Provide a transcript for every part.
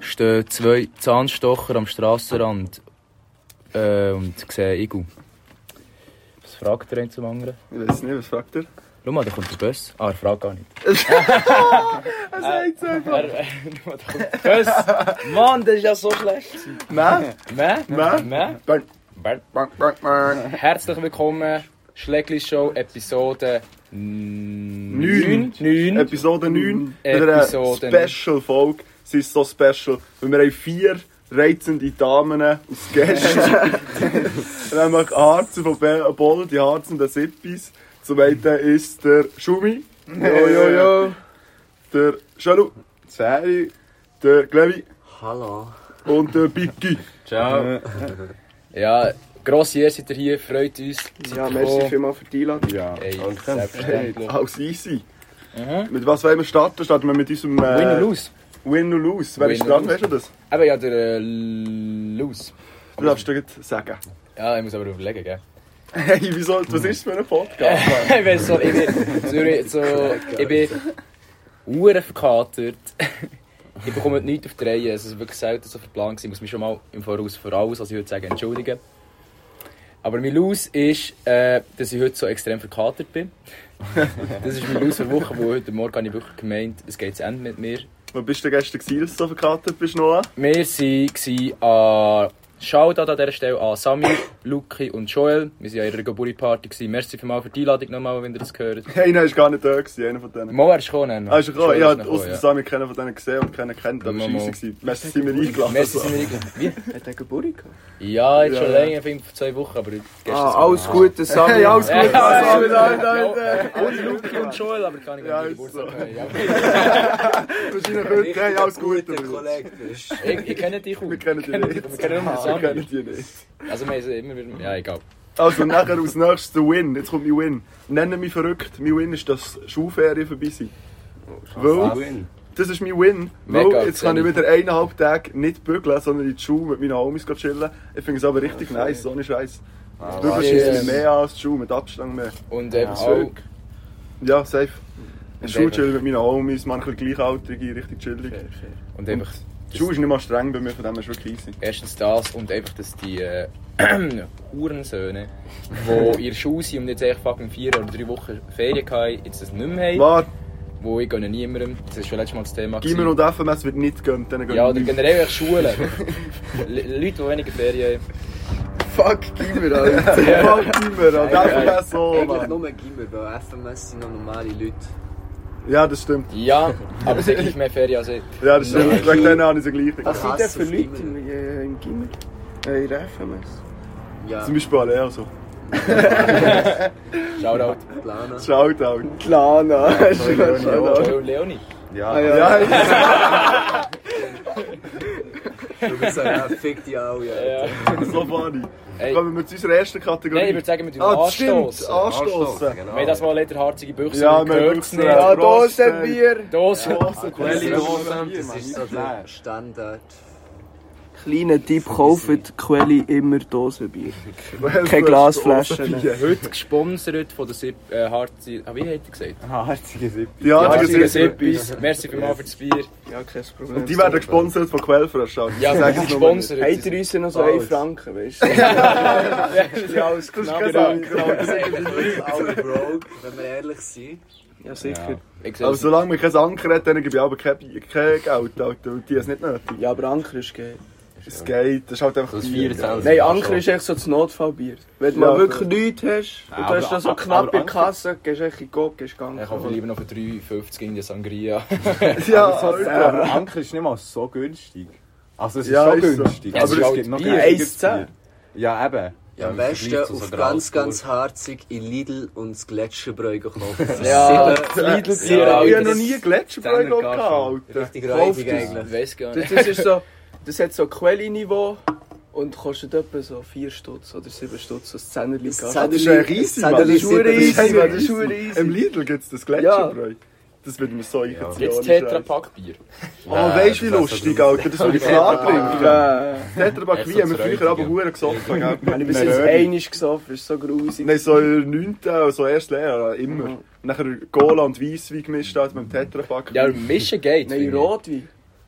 stehen 2 Zahnstocher am Strassenrand und sehen Igel. Was fragt der eine zum anderen? Ich weiß nicht, was fragt er? Schau mal, da kommt der Bus. Ah, er fragt gar nicht. Er sagt es einfach. Schau mal, da kommt der Bus. Mann, das ist ja so schlecht. Herzlich willkommen, Schlägli-Show, Episode 9. Episode 9. Episode Eine Special-Folge. Sie ist so special, weil wir haben 4 reizende Damen als Gäste. Nämlich Harzer von Boll, die Harzer der Sippis. Zum einen ist der Schumi. Jo. Der Schalu. Seri. Der Glevi. Hallo. Und der Biki. Ciao. Ja, grosse Ehre seid ihr hier, freut uns. Ja, merci vielmals für die Einladung. Ja, Ey, danke. selbstverständlich. alles easy. Mit was wollen wir starten? Starten wir mit unserem... Win or lose. Win or lose. Wer ist Win or dran, lose. weißt du das? Eben ja, der Lose. Du darfst dir jetzt sagen. Ja, ich muss aber überlegen, gell? Hey, wieso? Was ist das für ein Podcast? Ich weiss so, ich bin verdammt verkatert. Ich bekomme nichts auf die Reihe, es ist wirklich selten so verplant gewesen. Ich muss mich schon mal im Voraus für alles, was ich heute sage, entschuldigen. Aber mein Los ist, dass ich heute so extrem verkatert bin. Das ist mein Los für Woche, wo heute Morgen habe ich wirklich gemeint, es geht zu Ende mit mir. Wo bist du gestern gewesen, dass du so verkatert bist, Noah? Wir waren an Shoutout an dieser Stelle an Sami, Luki und Joel. Wir waren an ihrer Geburtstagsparty. Merci vielmals für die Einladung nochmal, wenn ihr das gehört. Hey, nein, ist gar nicht da gewesen, einer von denen. Mo, er ist gekommen. Ah, ist er gekommen? Joel Ich ist habe noch ausser gekommen, Sami keinen von denen gesehen und keinen kennt, aber Mo. scheisse gewesen. Merci, sind wir eingeladen. Merci, sind wir eingeladen. Wie? Hat er Geburtstag gehabt? Ja, jetzt schon Ja. länger, ich finde vor 2 Wochen, aber gestern... Alles Gute, Sami. Hey, alles Gute, Sami, Und Luki und Joel, aber kann ich Ja, nicht ist Geburtstag so. haben. Ja. Wahrscheinlich heute. Hey, alles Gute. Guter Kollege bist. Ich kenne dich auch. Wir kennen die nicht. Wir kennen nur den Wir Sami. kennen die nicht. Also wir sind immer wieder... Ja, egal. Also, nachher als nächstes der Win. Jetzt kommt mein Win. Nennen mich verrückt. Mein Win ist, dass Schulferien vorbei sind. Weil, das ist mein Win. Mega, Weil jetzt kann ich sehr wieder 1,5 Tage nicht bügeln, sondern in die Schule mit meinen Homies chillen. Ich finde es aber richtig nice, ohne Scheiß. Das Bügeln schießt mich mehr an als die Schule, mit Abstand mehr. Und Ja, auch... Ja, safe. In der Schule einfach- chillen mit meinen Homies, manchmal gleichaltrige, richtig chillig. Und einfach... Die Schule ist nicht mal streng bei mir, von dem ist wirklich easy. Erstens das und einfach, dass die Hurensöhne, die in der Schule sind und jetzt echt fucking 4 oder 3 Wochen Ferien hatten, jetzt das nicht mehr haben. Warte, Wo ich gönne niemandem. Das war schon letztes Mal das Thema. Gimmer und FMS wird nicht gönnt, denen gönnt Ja, oder nicht. generell echt Schulen. Leute, die weniger Ferien haben. Fuck Gimmer, Alter. Fuck Gimmer, Alter. FMS so, Eigentlich Mann. nur Gimmer, weil FMS sind noch normale Leute. Ja, das stimmt. Ja, aber es sind gleich mehr Ferien als ich. Ja, das stimmt. Nein. Wegen denen habe ich es gleich. Was sind hasse denn für es Leute immer. im Gimmer? In der FMS? Ja, Zum Beispiel alle, also. Shoutout. Plana. Shoutout. Lana. Joel und Leonie. Ah, Ja, Du bist ja fick die auch, ja. so funny. Hey. Kommen wir zu unserer ersten Kategorie. Nein, ich würde sagen, wir tun das stimmt. anstoßen. Anstoßen. Wir haben das mal leider harzige Büchse, Ja, ja, wir gehört haben es Büchse. nicht. Ja, Prost, Dosenbier. Dose. Quelli-Dose, das ist so der Standard. Kleiner Tipp, kauft Quelli immer Dosenbier. Keine Glasflaschen. Heute gesponsert von der Sip, Harzi... Wie hat er gesagt? Harzige Sippe. Die Harzigen Harzigen Sippis. Sippis. Merci vielmals für das Bier. Ja, kein Problem. Und die werden gesponsert von Quellfresh. Also. Ja, Sag wir es sind nur gesponsert. Habt ihr uns noch so 1 Franken, weißt du? Ja, alles Das ist knapp. keine Genau. Sache. Das ist alle broke, wenn wir ehrlich sind. Ja, sicher. Ich sehe Aber es. solange wir kein Anker hat, dann gebe ich aber kein Geld, Alter. Und die ist nicht nötig. Ja, aber Anker ist geil. Es geht, das ist halt einfach Das Bier. 24. Nein, Anker ist echt so das Notfallbier. Wenn du Ja, mal wirklich nichts hast und du hast da so knapp in der Anker- Kasse, gehst du echt in die Gog, gehst du Ich kaufe lieber noch für 3,50 in die Sangria. Ja, Aber Alter. Anker ist nicht mal so günstig. Also es ist Ja, schon ist so. günstig, Ja, aber es ist es halt gibt noch Bier. günstiges 1,10. Bier. Ja, eben. Ja, am im besten Vergleich zu so auf Grasburg. ganz harzig in Lidl und das Gletscherbräu kaufen. Ja, Sieben- Lidl-Bier, Ich Alter. habe noch nie Gletscherbräu gehabt, Alter. Richtig Kauft räudig es. eigentlich. Ich weiss gar Das, nicht. das ist so, das hat so Quelli-Niveau und kostet etwa so 4 Stutz oder 7 Stutz, so ein 10er Das Das ist ja riesig, Mann. Das ist verdammt easy, Das ist Mann, das ist verdammt easy. Im Lidl gibt es das Gletscherbräu. Das wird mir so eingezogen. Jetzt Tetra-Pack-Bier. Oh, weißt du wie lustig, Alter? Das würde ich klar trinken. Ja, Tetrapack wie, haben wir früher aber Huren gesoffen, gell? habe ich bis jetzt einmal gesoffen, ist so grusig. Nein, so in der 9., so erst Lehrer, immer. Und nachher Cola und Weisswein gemischt halt mit dem Tetrapack. Ja, mischen geht. Nein, finde ich. Rotwein.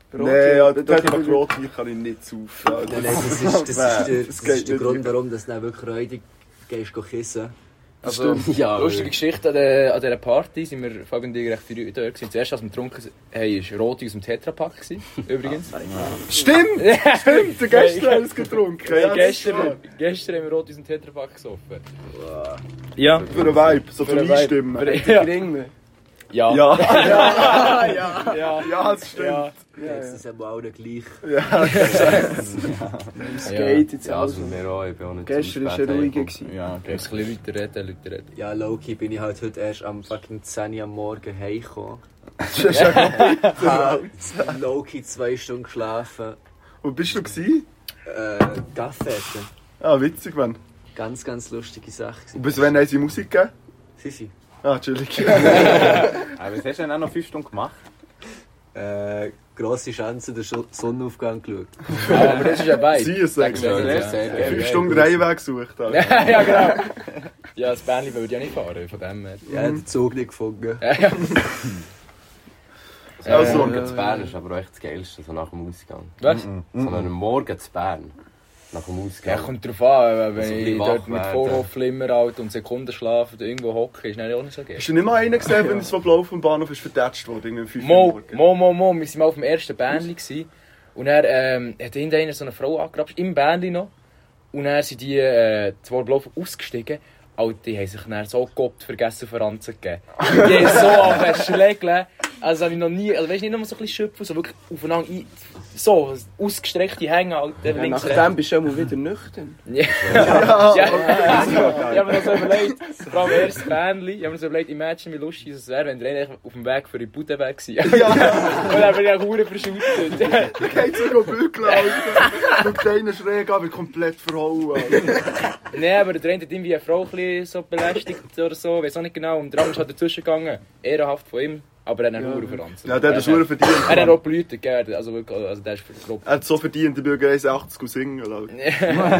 Nein, ja, dort einfach Rotwein kann ich nicht saufen. Nein, das ist der Grund, warum du dann wirklich räudig gehst kissen. Also, Ja, lustige Geschichte an dieser Party sind wir vor allem recht früh dort gewesen. Zuerst, als wir getrunken haben, war Roti aus dem Tetrapack gewesen, übrigens. Stimmt! Stimmt! Gestern haben wir es getrunken. Ja, Gestern haben wir Roti aus dem Tetrapack gesoffen. Ja. Für einen Vibe, so zum Einstimmen. Ja. Gering. Ja. Ja, Ja. ja, das stimmt. Ja. jetzt ist es alle gleich. Es geht jetzt Ja, also. also mir auch, ich bin auch nicht Gestern war zu spät er ruhiger. heimgekommen. Ja, okay. Muss ein bisschen Leute reden. Ja, Loki bin ich halt heute erst am fucking 10 Uhr am Morgen heimgekommen. Loki 2 Stunden geschlafen. Wo bist du gewesen? Gaffetten. Ah, witzig, Mann. Ganz, ganz lustige Sache. Und bis wann haben sie Musik gegeben? Sisi. Ah, chillig. Aber was hast du denn auch noch 5 Stunden gemacht? Grosse Chance, den Sonnenaufgang geschaut. Aber das ist ja weit. Sie es sagen. Ja. 5 Stunden Reihenweg gesucht. Alter. Ja, genau. Ja, das Bähnchen würde ja nicht fahren, von dem her. Ja, den Zug nicht gefunden. Ja. Also, Morgen zu Bern ist aber auch echt das Geilste, so nach dem Ausgang. Was? So einen Morgen zu Bern, nach dem Ja, Ausgang. kommt drauf an, wenn Also ein ich bisschen dort wach mit werden. Vorhofflimmer alt und Sekundenschlaf oder irgendwo hocke, ist dann auch nicht so geil. hast du nicht mal einen gesehen, wenn es so gelaufen am Bahnhof ist vertätscht worden? Irgendwie um 5 Uhr Mo, morgens? wir waren mal auf dem ersten Bähnchen gewesen. Und er hat hinter einer so eine Frau angegrapscht, im Bähnchen noch. Und dann sind die zwei Blaufen ausgestiegen. Alter, die haben sich dann so Gott vergessen, voranzugeben. Die haben so an den Schlägeln. Also habe ich noch nie, also weißt du, nicht nur so ein bisschen schöpfen, so wirklich aufeinander so ausgestreckte Hänge, Alter, Ja, links, nachdem bist du auch mal wieder nüchtern. Ja, ich habe mir das so überlegt, vor allem erst das Bähnchen, ich habe mir so überlegt, imagine wie lustig es wäre, wenn der eigentlich auf dem Weg für die Bude weg gewesen wäre. Und dann bin ich auch verdammt verschüttet. Da geht sogar bügeln, Alter. Schaut einen schräg an, wird komplett verhauen. Alter. Nein, aber der eine hat irgendwie eine Frau ein bisschen so belästigt oder so, weiß auch nicht genau, und der andere ist halt dazwischen gegangen. Ehrenhaft von ihm, aber er hat einen Huren verranzt. Ja, der hat das Schuhe verdient. Er hat auch Blüten gegeben, also wirklich, also der ist für grob. Er hat so verdient, der Bürger 1,80 und singen. Alter.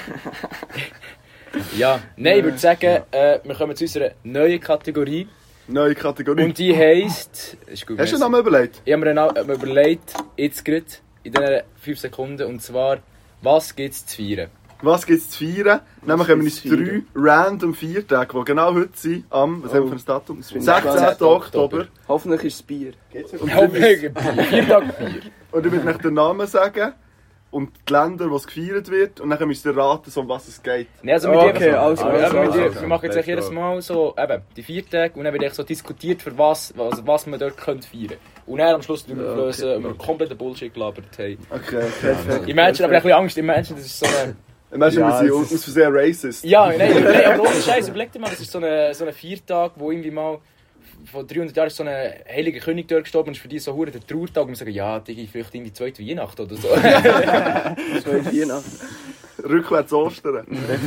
Ja, nein, ich würde sagen, wir kommen zu unserer neuen Kategorie. Neue Kategorie. Und die heisst... Ist gut, Hast du den Namen überlegt? Ich habe mir einen Namen überlegt, jetzt gerade, in diesen 5 Sekunden, und zwar, was gibt es zu feiern? Was gibt es zu feiern? Nämlich haben wir uns gibt's zu 3 random Feiertage, die genau heute sind, am, was haben wir für ein Datum? finde ich 16. spannend. Oktober. Hoffentlich ist es Bier. Ja, 4 Tage Bier. Und ich werde euch den Namen sagen und die Länder, wo es gefeiert wird. Und dann müsst ihr raten, so um was es geht. Nee, also Okay, also, wir machen jetzt jedes Mal so, eben, die 4 Tage, und dann wird so diskutiert, für was man dort feiern könnte. Und dann am Schluss drüber auflösen, ob wir kompletten Bullshit gelabert haben. Okay, perfekt. Imagine, aber ich habe ein bisschen Angst, Imagine, das ist so eine... Imagine, Ja, wir es sind aus Versehen racist. Ja, nein, aber ohne Scheiß, überleg dir mal, das ist so ein 4 Tage, wo irgendwie mal... Vor 300 Jahren ist so ein heiliger König dort gestorben und ist für die so hure der Trauertag. Und wir sagen, ja, Digi, vielleicht in die zweite Weihnachten oder so. Zweite Weihnachten. Rückwärts Ostern.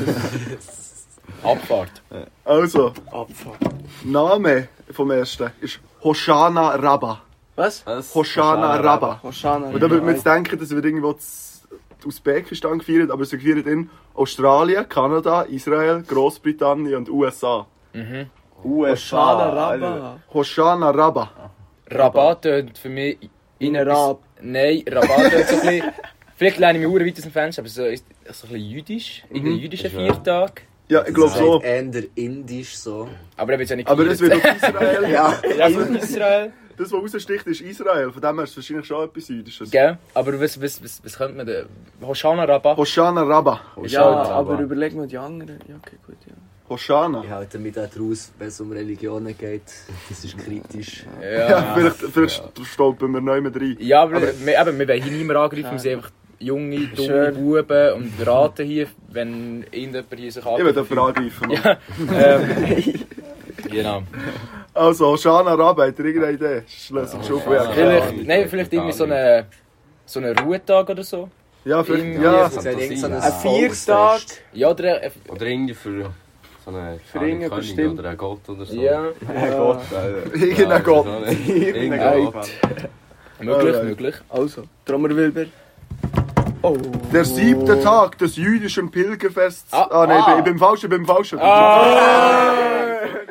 Abfahrt. Also, Abfahrt. Name vom ersten ist Hoshana Rabba. Was? Hoshana Rabba. Hoshana. Und da würde man jetzt denken, das wird irgendwo in Usbekistan gefeiert, aber es wird gefeiert in Australien, Kanada, Israel, Großbritannien und USA. Hoshana Rabba. Hoshana Rabba. Rabat tönt für mich... In Rab. Nein, Rabat tönt so ein bisschen... Vielleicht lerne ich mich hure weit aus dem Fenster, aber so ein bisschen jüdisch. Irgendein jüdischer Viertag. Ja, ich glaube so. Eher indisch so. Aber er wird ja nicht Aber das gefeiert. wird auf Israel. Ja, von Israel. Das, was raussticht, ist Israel. Von dem her ist es wahrscheinlich schon etwas Jüdisches. Gell? Aber was könnte man denn... Hoshana Rabat. Hoshana Rabba. Ja, halt aber überleg mal die anderen. Ja, okay, gut, ja. Hoshana. Ich halte mich da draus, wenn es um Religionen geht. Das ist kritisch. Ja, vielleicht stolpern wir neu mit rein. Ja, aber wir wollen hier niemanden angreifen, wir sind einfach junge, dumme Buben und raten hier, wenn irgendjemand hier sich Ich will angreift. dafür angreifen. Genau. Also, Hoshana Rabba, habt ihr irgendeine Idee? Schlösser schon Vielleicht irgendwie so einen Ruhetag oder so. Ja, vielleicht. Irgendwie Ja, Das wäre irgend so ein Ein Viertag. Ja, oder... Oder irgendwie für so einen Für irgendeinen König bestimmt. oder einen Gott oder so. Ja, Gott. irgendein Gott. Irgendein Gott. möglich. Also, Trommelwirbel. Oh. Der 7. Tag des jüdischen Pilgerfests. Ah, Nein, ah. ich bin falsch.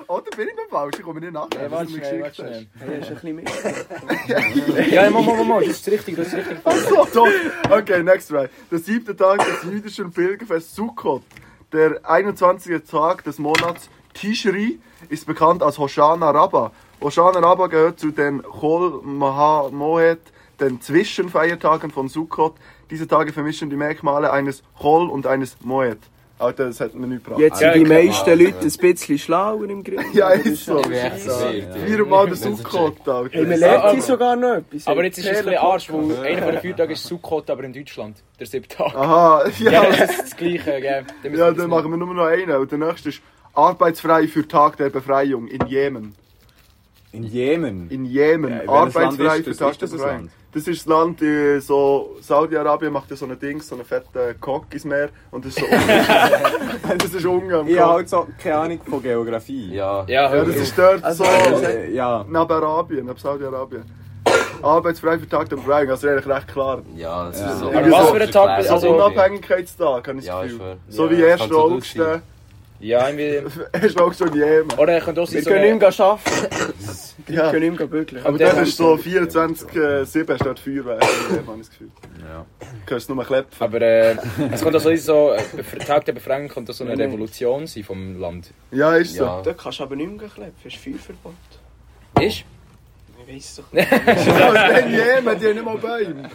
Oder bin ich beim Falsch? Ich komme nicht nachher. Ja, warte schnell, warte schnell. Hey, ist ein bisschen mit. Ja, Mama, das ist richtig, das ist richtig. Achso, doch. Okay, next right. Der 7. Tag des jüdischen Pilgerfests Sukkot, der 21. Tag des Monats Tishri, ist bekannt als Hoshana Rabbah. Hoshana Rabbah gehört zu den Chol Moed, den Zwischenfeiertagen von Sukkot. Diese Tage vermischen die Merkmale eines Chol und eines Moed. Alter, das hätten wir nicht gebracht. Jetzt sind die meisten Leute ein bisschen schlauer im Grill. Ja, ist so. Ich bin echt verwirrt. Viermal der Sukkot, Alter. Hey, man lernt sie sogar noch etwas. Aber jetzt ist es ein bisschen Arsch, weil einer von den 4 Tagen ist Sukkot, aber in Deutschland. Der 7. Tag. Aha, Ja, ja. das ist das Gleiche, gell? Ja, dann machen wir nur noch einen. Und der nächste ist arbeitsfrei für Tag der Befreiung in Jemen. In Jemen? In Jemen. Ja, welches Arbeitsfrei Land für ist Tag das? der Ist das Befreiung. Land? Das ist das Land, so Saudi-Arabien macht ja so ein Ding, so einen fetten Cock ins Meer. Und das ist so das ist Ungarn. Ich habe halt so keine Ahnung von Geografie. Ja. Ja, Ja, das ist dort so Ja. neben Arabien, neben Saudi-Arabien. Arbeitsfrei für Tag der Befreiung, also eigentlich recht klar. Ja, das ist so. Aber was für ein Tag? So Also, Unabhängigkeitstag, habe ich Ja, das ich Gefühl. schwör. So Ja, wie 1. kann so gut August. sein. ja, irgendwie... 1. August in Jemen. Oder er könnte auch sein, Wir so können eine- nicht mehr arbeiten. Wir Ja. können nicht mehr bügeln. Aber der- dort ist so 24/7 ist dort Feuerwehr. habe ich das Gefühl. Ja. Du kannst nur klepfen. Aber es kommt auch so, Tag der Befreiung könnte auch so eine Nein. Revolution sein vom Land. Ja, ist so. Ja. Da kannst du aber nicht mehr kleben. Du hast Feuerverbot. Ist? Ich weiss doch nicht. Ja, in Jemen, die haben nicht mal Bäume.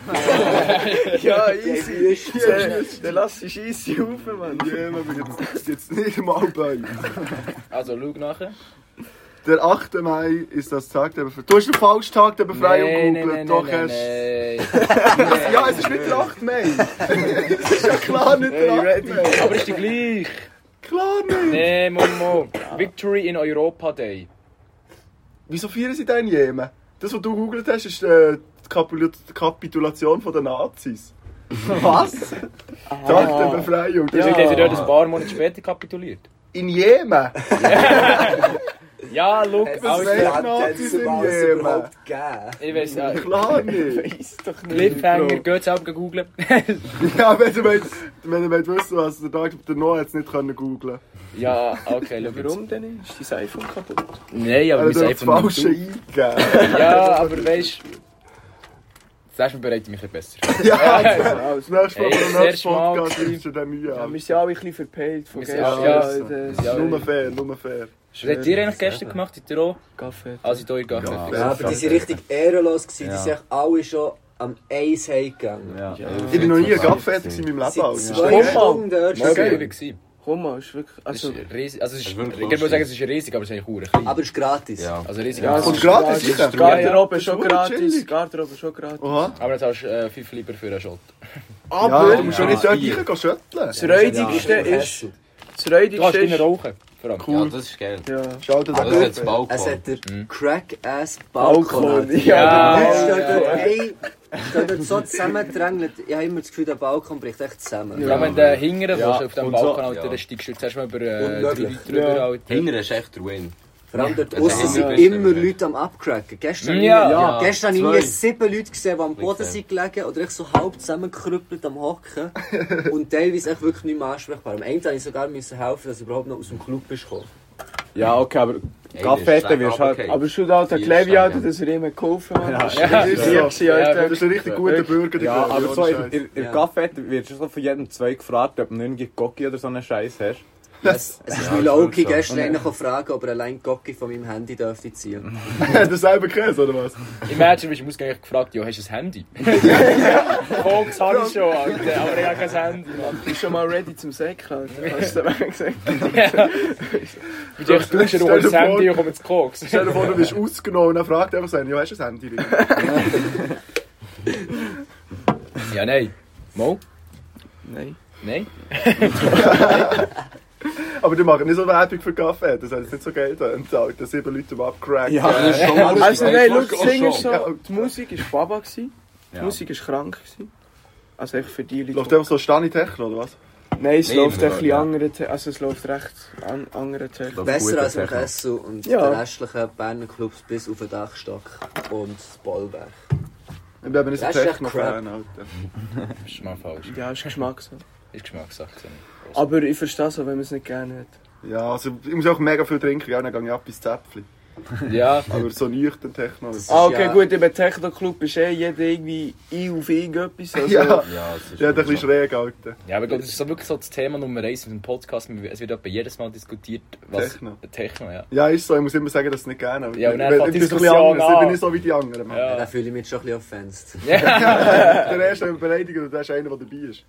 Ja, easy. Dann lass die Scheisse rauf, Mann. In Jemen gibt es nicht mal Bäume. Also, schau nachher. Der 8. Mai ist das Tag der Befreiung. Du hast den falschen Tag der Befreiung Nein, gegoogelt. Doch, nein. hast Ja, es ist nicht der 8. Mai. Es ist ja klar nicht der 8. Mai. Aber ist die gleich? Klar nicht. Nee, Momo. Victory in Europa Day. Wieso feiern sie denn in Jemen? Das, was du gegoogelt hast, ist die Kapitulation der Nazis. Was? Tag der Befreiung. Das Deswegen ist haben sie dort ein paar Monate später kapituliert. in Jemen. Ja, schau. Das Also, wäre Nazis in Jemen. ich weiss ja. Klar nicht. Weiss doch nicht. Cliffhanger, geht selber googeln. Ja, wenn ihr wollt wissen, was der Tag der Noah jetzt nicht googeln können. Ja, okay, schau. Warum denn nicht? Ist dein iPhone kaputt? Nein, aber Er wir hat sind das einfach Falsche nicht. eingegeben. Ja, aber weißt du. Das erste Mal bereite ich mich ein bisschen besser. Ja, Also, das nächste Mal Ey, beim das nächsten erste Mal Podcast gewesen. ist schon dann Mühe ja, an. wir sind alle ein bisschen verpeilt von Wir sind gestern. alle- ja, das Nur fair, nur fair. Was habt ihr eigentlich gestern gemacht? Seid ihr auch? Kaffee. Also, hier in Gaffel. Ja, aber die sind richtig ehrenlos gewesen. Die sind echt alle schon am Eis heimgegangen. Ja. Ich bin noch nie ein Kaffee in meinem Leben. Sie Alter. sind 2 Stunden dort Das war schon. geil. Komm mal, ist wirklich... Also, Also, riesig. Also, es ist, Das ist wirklich ich würde lustig. sagen, es ist riesig, aber es ist eigentlich verdammt klein. Aber es ist gratis. Ja. Also riesig. ja, aber es Und ist gratis, gratis. sicher? Garderobe Ja, schon das ist gratis. chillig. Garderobe schon gratis. Oha. Aber jetzt hast du 5 lieber für einen Shot. Ja, du musst schon nicht dort vier. rein schütteln. Das Räudigste ist... Das Du kannst Räudigste drinnen ist... rauchen. Vor allem. Ja, das ist geil. Ja. Schau dir Aber das das ist jetzt an. Balkon. Es hat der Mhm. Crack-Ass-Balkon. Balkon. Ja. Dort Ja. steht dort, hey, steht dort so zusammengedrängelt. Ich habe immer das Gefühl, der Balkon bricht echt zusammen. Ja, wenn du hingern Ja, willst, auf dem und Balkon, so- Alter, ja. dann steigst du zuerst mal über 3 Unmöglich. Leute drüber, Alter. Hinten ist echt der Win. Vor allem dort Ja. aussen sind Ja. immer Leute am Abcracken. Gestern Ja. Ja. Gestern habe ich Zwei. irgendwie 7 Leute gesehen, die am Boden Wirklich. sind gelegen oder echt so halb zusammengekrüppelt am Hocken. Und teilweise echt wirklich nicht mehr ansprechbar. Am Ende musste ich sogar helfen, dass ich überhaupt noch aus dem Club gekommen. Ja, okay, aber Ey, Kaffee der ist wirst du halt... okay. Aber schon Alter, Vier Klevi, Alter, Steine. dass er ihm geholfen hat. Ja. Das ist so. Liebste, Alter. Das ist ein richtig guter Bürger. die Ja, Klevi, aber so ohne in Scheiß. der Ja. Kaffee wirst du so von jedem 2 gefragt, ob du irgendwie Gocki oder so einen Scheiß hast. Es ist Ja, wie das Loki stimmt schon. gestern einer gefragt, ob er allein Gocki von meinem Handy dürfte ziehen. Hat er selber Käse, oder was? Imagine, bist du im Ausgang gefragt, ja, hast du ein Handy? Koks habe ich schon, Alter, aber ich habe kein Handy. Du bist schon mal ready zum Säckeln, Alter. Hast du dir gesagt? Ich bin echt duschen, du holst das Handy und kommst zu Koks. Stell dir vor, du bist ausgenommen und dann fragt er einfach so, ja, hast du ein Handy? Ja, nein. Mo? Nein. Nein? Aber die machen nicht so Werbung für Kaffee. Das heißt nicht so Geld entzahlt. Da 7 Leute am Abcracken. Ja, Das ist schon mal Also lustig. nein, Ich schau, das mag Ding auch ist so, Ja. die Musik war Baba gewesen. Die Ja. Musik war krank gewesen. Also echt für die Leute. Läuft einfach so Stani-Techno, oder was? Nein, es Nein, läuft ein ja. bisschen andere, also es läuft recht andere Technik. Besser als im Techno. Kessel und Ja. die restlichen Berner Clubs bis auf den Dachstock und das Bollwerk. Ich bin aber nicht so Das ist echt Techno-Fan, Alter. Das ist mal falsch. Ja, ist Geschmackssache. Ist Geschmackssache. Aber ich verstehe es auch, wenn man es nicht gerne hat. Ja, also ich muss auch mega viel trinken, ja, dann gehe ich ab ins Zäpfchen. Ja, Aber so nüchtern Techno. Okay, ja- gut, im Techno-Club ist jeder irgendwie auf irgendetwas. Also, Ja, Ja, es ist ja, ein bisschen schräg, Alter. ja, aber ich glaube, das ist so wirklich so das Thema Nummer 1 mit dem Podcast. Es wird etwa jedes Mal diskutiert, was... Techno. Techno, ja. Ja, ist so, ich muss immer sagen, dass ich es nicht gerne habe. Ja, und dann ich fängt bin die so ein bisschen Diskussion anders, ich bin an. nicht so wie die anderen. Mann. Ja, da Ja. fühle ich mich schon ein bisschen offensive. Der erste, den wir beleidigen, und der ist einer, der dabei ist.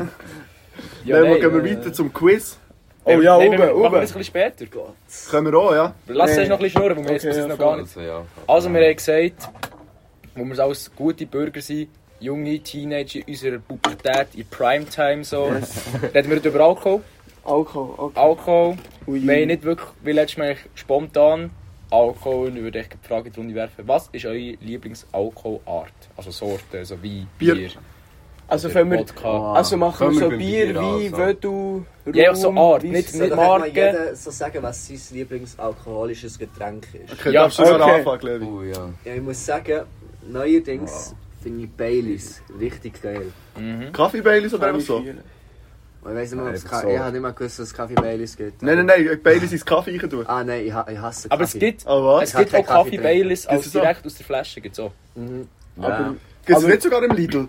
Ja, Dann nein, gehen wir weiter zum Quiz. Oh ja, Nein, oben, machen wir oben. das ein bisschen später. Können wir auch, ja? Lass Nee. uns noch ein bisschen schnurren, weil wir jetzt Okay, das ja, noch gar nicht... Also, ja. Also wir haben gesagt, wo wir als gute Bürger sind, junge Teenager in unserer Pubertät, in Primetime so, reden wir über Alkohol. Alkohol, okay. Alkohol, Ui. wir haben nicht wirklich, wie letztes Mal spontan, Alkohol, und ich würde echt die Frage in die Runde werfen, was ist eure Lieblingsalkoholart? Also Sorte, also Wein, Bier. Bier, Also, oder wenn wir, Wodka. also machen wir Fangen wir so beim Bier, Bier an, Wein, so. Vödu, Rum, Ja, so Art, Weiss. nicht- Soll doch Marke. mal jeder so sagen, was sein Lieblingsalkoholisches Getränk ist? Okay, Ja, darfst du noch okay. anfangen, Levi? Oh ja. Ja, ich muss sagen, neuerdings finde ich Baileys richtig geil. Mhm. Kaffee Baileys oder Kann einfach ich so? fühlen. Ich weiss nicht mehr, ob es Einfach so. Ich habe nicht mal gewusst, dass es Kaffee Baileys gibt. Nein, Baileys ins Kaffee rein tun. Ah nein, ich hasse Aber es Kaffee. gibt, Oh was? es Ich habe gibt auch keinen Kaffee Kaffee trinken. Baileys als Gibt's so? direkt aus der Flasche, gibt's auch. Mhm. Aber, Ja. Gibt es Aber- nicht sogar im Lidl?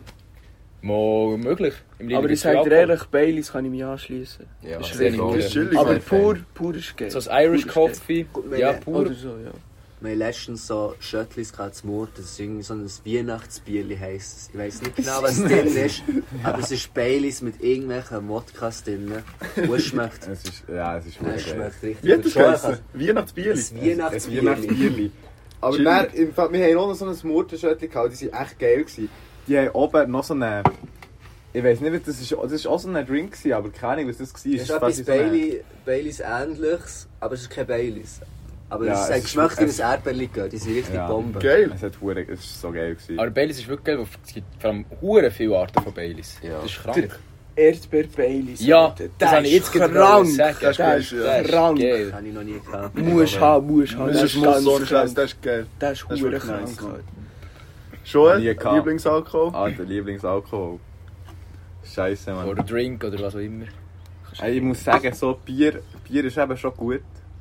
Mal möglich. Im Lidl aber ich gibt's sage viel dir Alkohol. ehrlich, Baileys kann ich mich anschließen. Ja, Das ist sehr wenig gut. gut. Das ist chillig. Aber Fan. pur ist geil. So ein Irish Pur ist Coffee, Gut, wir- ja, geil. pur. Oder so, ja. Wir haben letztens so Schöttlis zu Mord. Das ist irgendwie so ein Weihnachtsbierli heisst es. Ich weiss nicht genau, was drin ist, aber es ist Baileys mit irgendwelchen Wodkas drin. Und es schmeckt, Es ist wirklich es geil. schmeckt richtig Wie hat das Schon geheißen? Weihnachtsbierli? ein Weihnachtsbierli. Weihnachtsbierli. Aber Chillig. dann, im Fall, wir haben auch noch so ein Murtenschöttchen gehabt, die waren echt geil gewesen. Die haben oben noch so eine... Ich weiss nicht, das ist auch so ein Drink gewesen, aber keine Ahnung, was das war. Es ist etwas Baileys ähnliches, aber es ist kein Baileys. Aber Ja, es es hat ist- geschmeckt wie es- ein Erdbeerli gehört. Die sind richtig Ja. Bomben. Geil. Es ist so geil gewesen. Aber Baileys ist wirklich geil, weil es gibt vor allem hure viele Arten von Baileys. Ja. Das ist krank. Erdbeer-Baileys. Ja, Alter. das habe ich jetzt gerade krank. sagen. Das ist Der geil, ist ja. Das ist krank. geil. Das habe ich noch nie gehabt. Muss haben. Das ist ganz so ein Scheiß, krank. das ist geil. Das ist Das ist hure wirklich krank. nice, Mann. Alter. Joel, Nie gehabt. Lieblingsalkohol? Ah, der Lieblingsalkohol. Scheiße, Mann. Oder Drink oder was auch immer. Ich muss sagen, so Bier ist eben schon gut.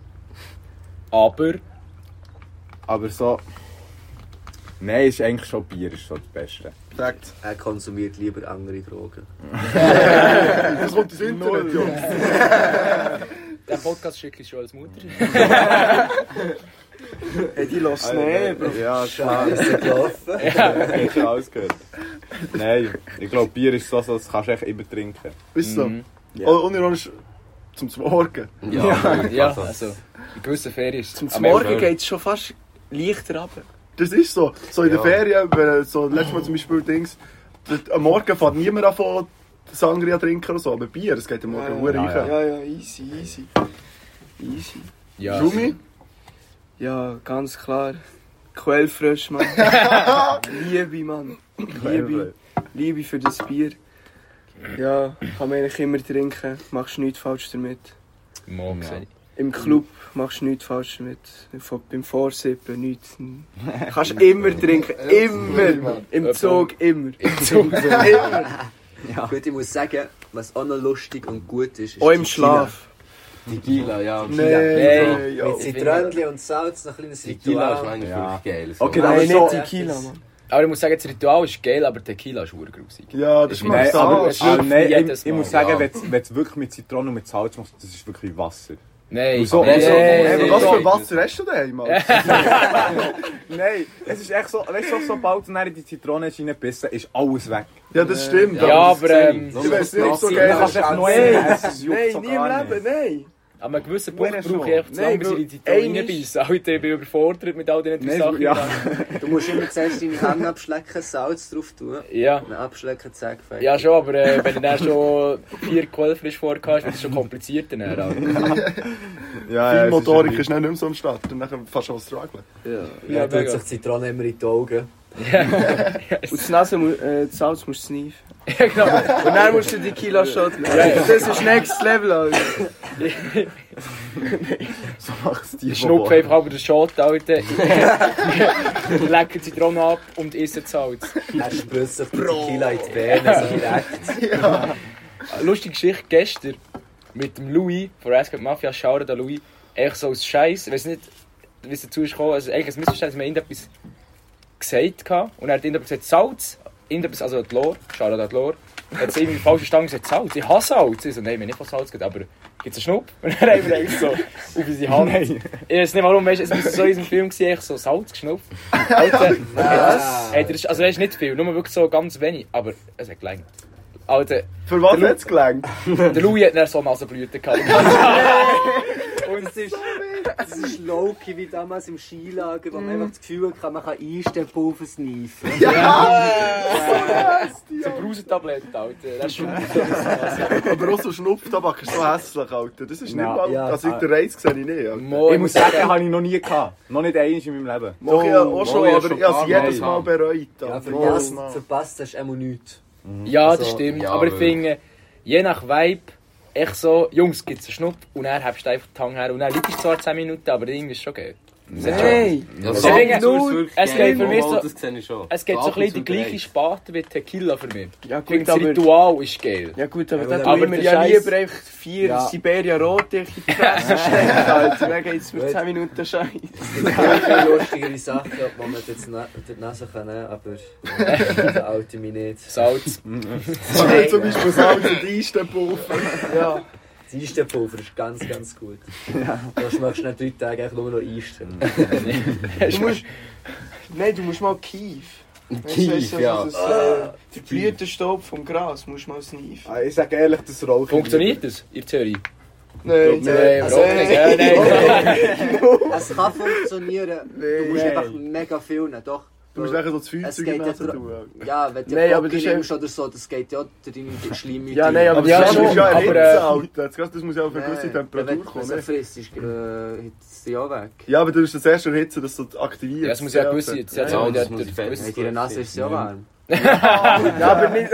Aber, Aber so... Nein, ist eigentlich schon Bier ist schon das Beste. Fakt. Er konsumiert lieber andere Drogen. Das kommt ins Internet, Jungs. der Podcast schickt ich schon als Mutter. Hey, die lassen nicht, Bro. Ja, klar. Ist er gelaufen? Ich habe alles gehört. Nein, ich glaube, Bier ist so, das kannst du echt immer trinken. Ist so. Mhm. Ja. Oh, unironisch zum Morgen. Ja, also in gewissen Ferien ist Zum am Morgen Ende- geht es schon fast leichter runter. Das ist so. So in der Ja. Ferien, wenn so letztes Mal zum Beispiel Dings, am Morgen fährt niemand an von Sangria trinken oder so, aber Bier, das geht am Morgen hure ja, rein. Ja, ja, easy. Easy. Ja, Schumi? Ja, ganz klar. Quellfrisch, Mann. Liebe, Mann. Liebe für das Bier. Ja, kann man eigentlich immer trinken. Machst nichts falsch damit. Morgen gesehen. Im Club machst du nichts falsch damit. Beim Vorsippen nichts. Kannst immer trinken. Immer. Im Zug immer. Immer. Gut, ich muss sagen, was auch noch lustig und gut ist, ist Auch im Tequila. Schlaf. Tequila, ja. Nee, ja. Mit Zitrönchen und Salz, noch ein kleines Tequila ist Ritual. eigentlich Ja. wirklich geil. So. Okay, Nein, aber nicht so- Tequila, Mann. Aber ich muss sagen, das Ritual ist geil, aber Tequila ist hure grusig. Ja, das Ich macht Nein, Salz. aber, Es aber schmeckt nein, jedes ich muss Mal, sagen, ja. wenn du es wirklich mit Zitrone und mit Salz machst, das ist wirklich wie Wasser. Nein, So- nein, so- Hey, aber was nein. für Wasser hast du denn, Mann? Nein, es ist echt so, weißt du, sobald du in die Zitrone reingebissen ist alles weg. Ja, das stimmt. Ja, aber Ich weiß nicht, ob so Du geil kannst ist. echt noch Nein. essen, es juckt Nein, so nie im gar Leben, nicht. nein. An einem gewissen Hure Punkt schon. brauche ich einfach zu Nein, lange, bis ich in die Zitrone einmal- reinbeisse. Alter, ich bin überfordert mit all diesen Nein, Sachen. ja. Du musst immer zuerst deine Hände abschlecken, Salz drauf tun. Ja. Dann abschlecken, zack, fertig. Ja, schon, aber wenn du dann schon 4 Quellfrisch vorhast, ist das schon komplizierter. Dann, Alter. Viel Motorik ist nicht mehr so am Start und dann fast schon strugglen. Ja, Ja, tut mega. sich die Zitrone immer in die Augen. Und das Nase, das Salz musst du sniffen. Ja, genau. Und dann musst du die Tequila-Shot nehmen. Das ist next level, Alter. So macht's die Ich schnupfe einfach aber den Shot, Alter. Lecke die Zitrone ab und esse das Salz. Er spritzt sich die Tequila in die Venen, so direkt. Lustige Geschichte, gestern mit dem Louis von Rascal Mafia, Shoutout an Louis, echt so aus Scheiß, ich weiß nicht, wie es dazu ist gekommen, also eigentlich ein Missverständnis, wir haben irgendetwas gesagt und er hat irgendetwas gesagt, Salz, irgendetwas, also die Lore, Shoutout an die Lore, hat es irgendwie falsch verstanden gesagt, Salz, ich hasse Salz. Ich so, nein, wir haben nicht von Salz geredet, aber gibt es einen Schnupp? Und dann haben wir eigentlich so auf unsere Hand. Ich weiß nicht warum, weißt du, es war so in diesem Film, echt so Salz geschnupft. Alter, also das ist nicht viel, nur wirklich so ganz wenig, aber es hat gelangt. Alter, Für was hat es gelangt? der Louis hat dann so Nasenblüten gehabt. Und das ist Loki wie damals im Skilager, wo man einfach das Gefühl hat, man kann einsteppen auf ein Sniffen. So Brausentabletten, Alter. Das ist schon Aber auch so Schnupftabak ist so hässlich, Alter. Das ist nicht Ja. mal... Ja. Also in der Reiz sehe ich nicht. Alter. Ich muss sagen, habe ich noch nie gehabt. Noch nicht einmal in meinem Leben. Doch, ja, auch schon, ja, aber schon ich habe es gar jedes nicht. Mal bereut. Ja, Alter. verpasst hast du immer nichts. Ja, das Also, stimmt. ja, aber ich aber- finde, je nach Vibe, echt so, Jungs, gibt's einen Schnupp und dann hebst du einfach die Hand her und dann liegst du zwar 10 Minuten, aber irgendwie ist es schon geil. Nein! Ja, Ich so finde, ab und zu ist es wirklich es geht geil. für mich Oh, so- das sehe ich schon. Es gibt so Ab ein bisschen und die zu gleiche geil. Sparte wie Tequila für mich. Ja Ich finde, gut, das aber... Ritual ist geil. Ja gut, aber Aber da aber tun wir der ja Scheiß- lieber einfach 4 Ja. Siberia Rot in die Fresse stecken, Alter. Dann geht's für 10 Minuten Scheiß. Es gibt viele lustigere Sachen, die man jetzt durch die Nase kann nehmen kann, aber der alte mich nicht. Salz. Also zum Beispiel Salz und Eistenpulver. Ja. Das Eistenpulver ist ganz, ganz gut. Da schmeckst du nicht 3 Tage einfach nur noch Eisten. Du musst... Nein, du musst mal Kief. Kief, ja. Der Blütenstaub vom Gras musst du mal sniffen. Ich sage ehrlich, das Rauchen. Funktioniert das in der Theorie? Nein. Nein, Also, überhaupt nicht. Ja, nein. Es kann funktionieren, du musst einfach mega viel nehmen, doch. Du musst nachher so das Es Feuerzeug geht in die ja Nase dr- tun. Ja, wenn du Nein, ja aber das ist nimmst oder so, das geht ja durch deine Schleimhäute. Ja, nein, aber Aber Ja, das schon, ist ja eine aber, Hitze, Alter. Das muss ja auf eine gewisse Wenn Temperatur du kommen. es ne? frisst, ist es ja weg. Ja, aber du musst das erst erhitzen, dass du das aktivierst. Ja, es muss ja eine gewisse... Ja, das muss ich fest. In deiner Nase ist es ja warm. Ja, aber nicht...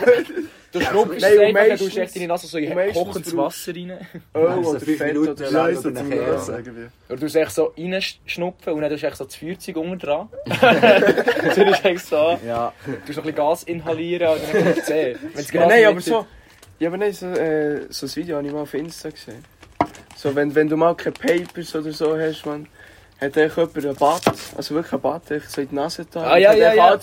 Du schnuppst Nein, es und einfach, du meistens- tust echt deine Nase so in und meistens kochendes brauchst- Wasser rein. Öl Also oder 5 Fett Minuten oder lang Scheiße über zum den Essen Käse. irgendwie. Oder du tust echt so reinschnupfen und dann tust du echt so das Feuerzeug unten dran. Und dann ist echt so... Ja. Du tust noch ein bisschen Gas inhalieren und dann kommst du sehen. Ja, nein, aber so... Ja, aber nein, so ein Video habe ich mal auf Insta gesehen. So, wenn du mal keine Papers oder so hast, man, hat echt jemand ein Bad, also wirklich ein Bad, echt so in die Nase da. Ah, ja, ja, ja.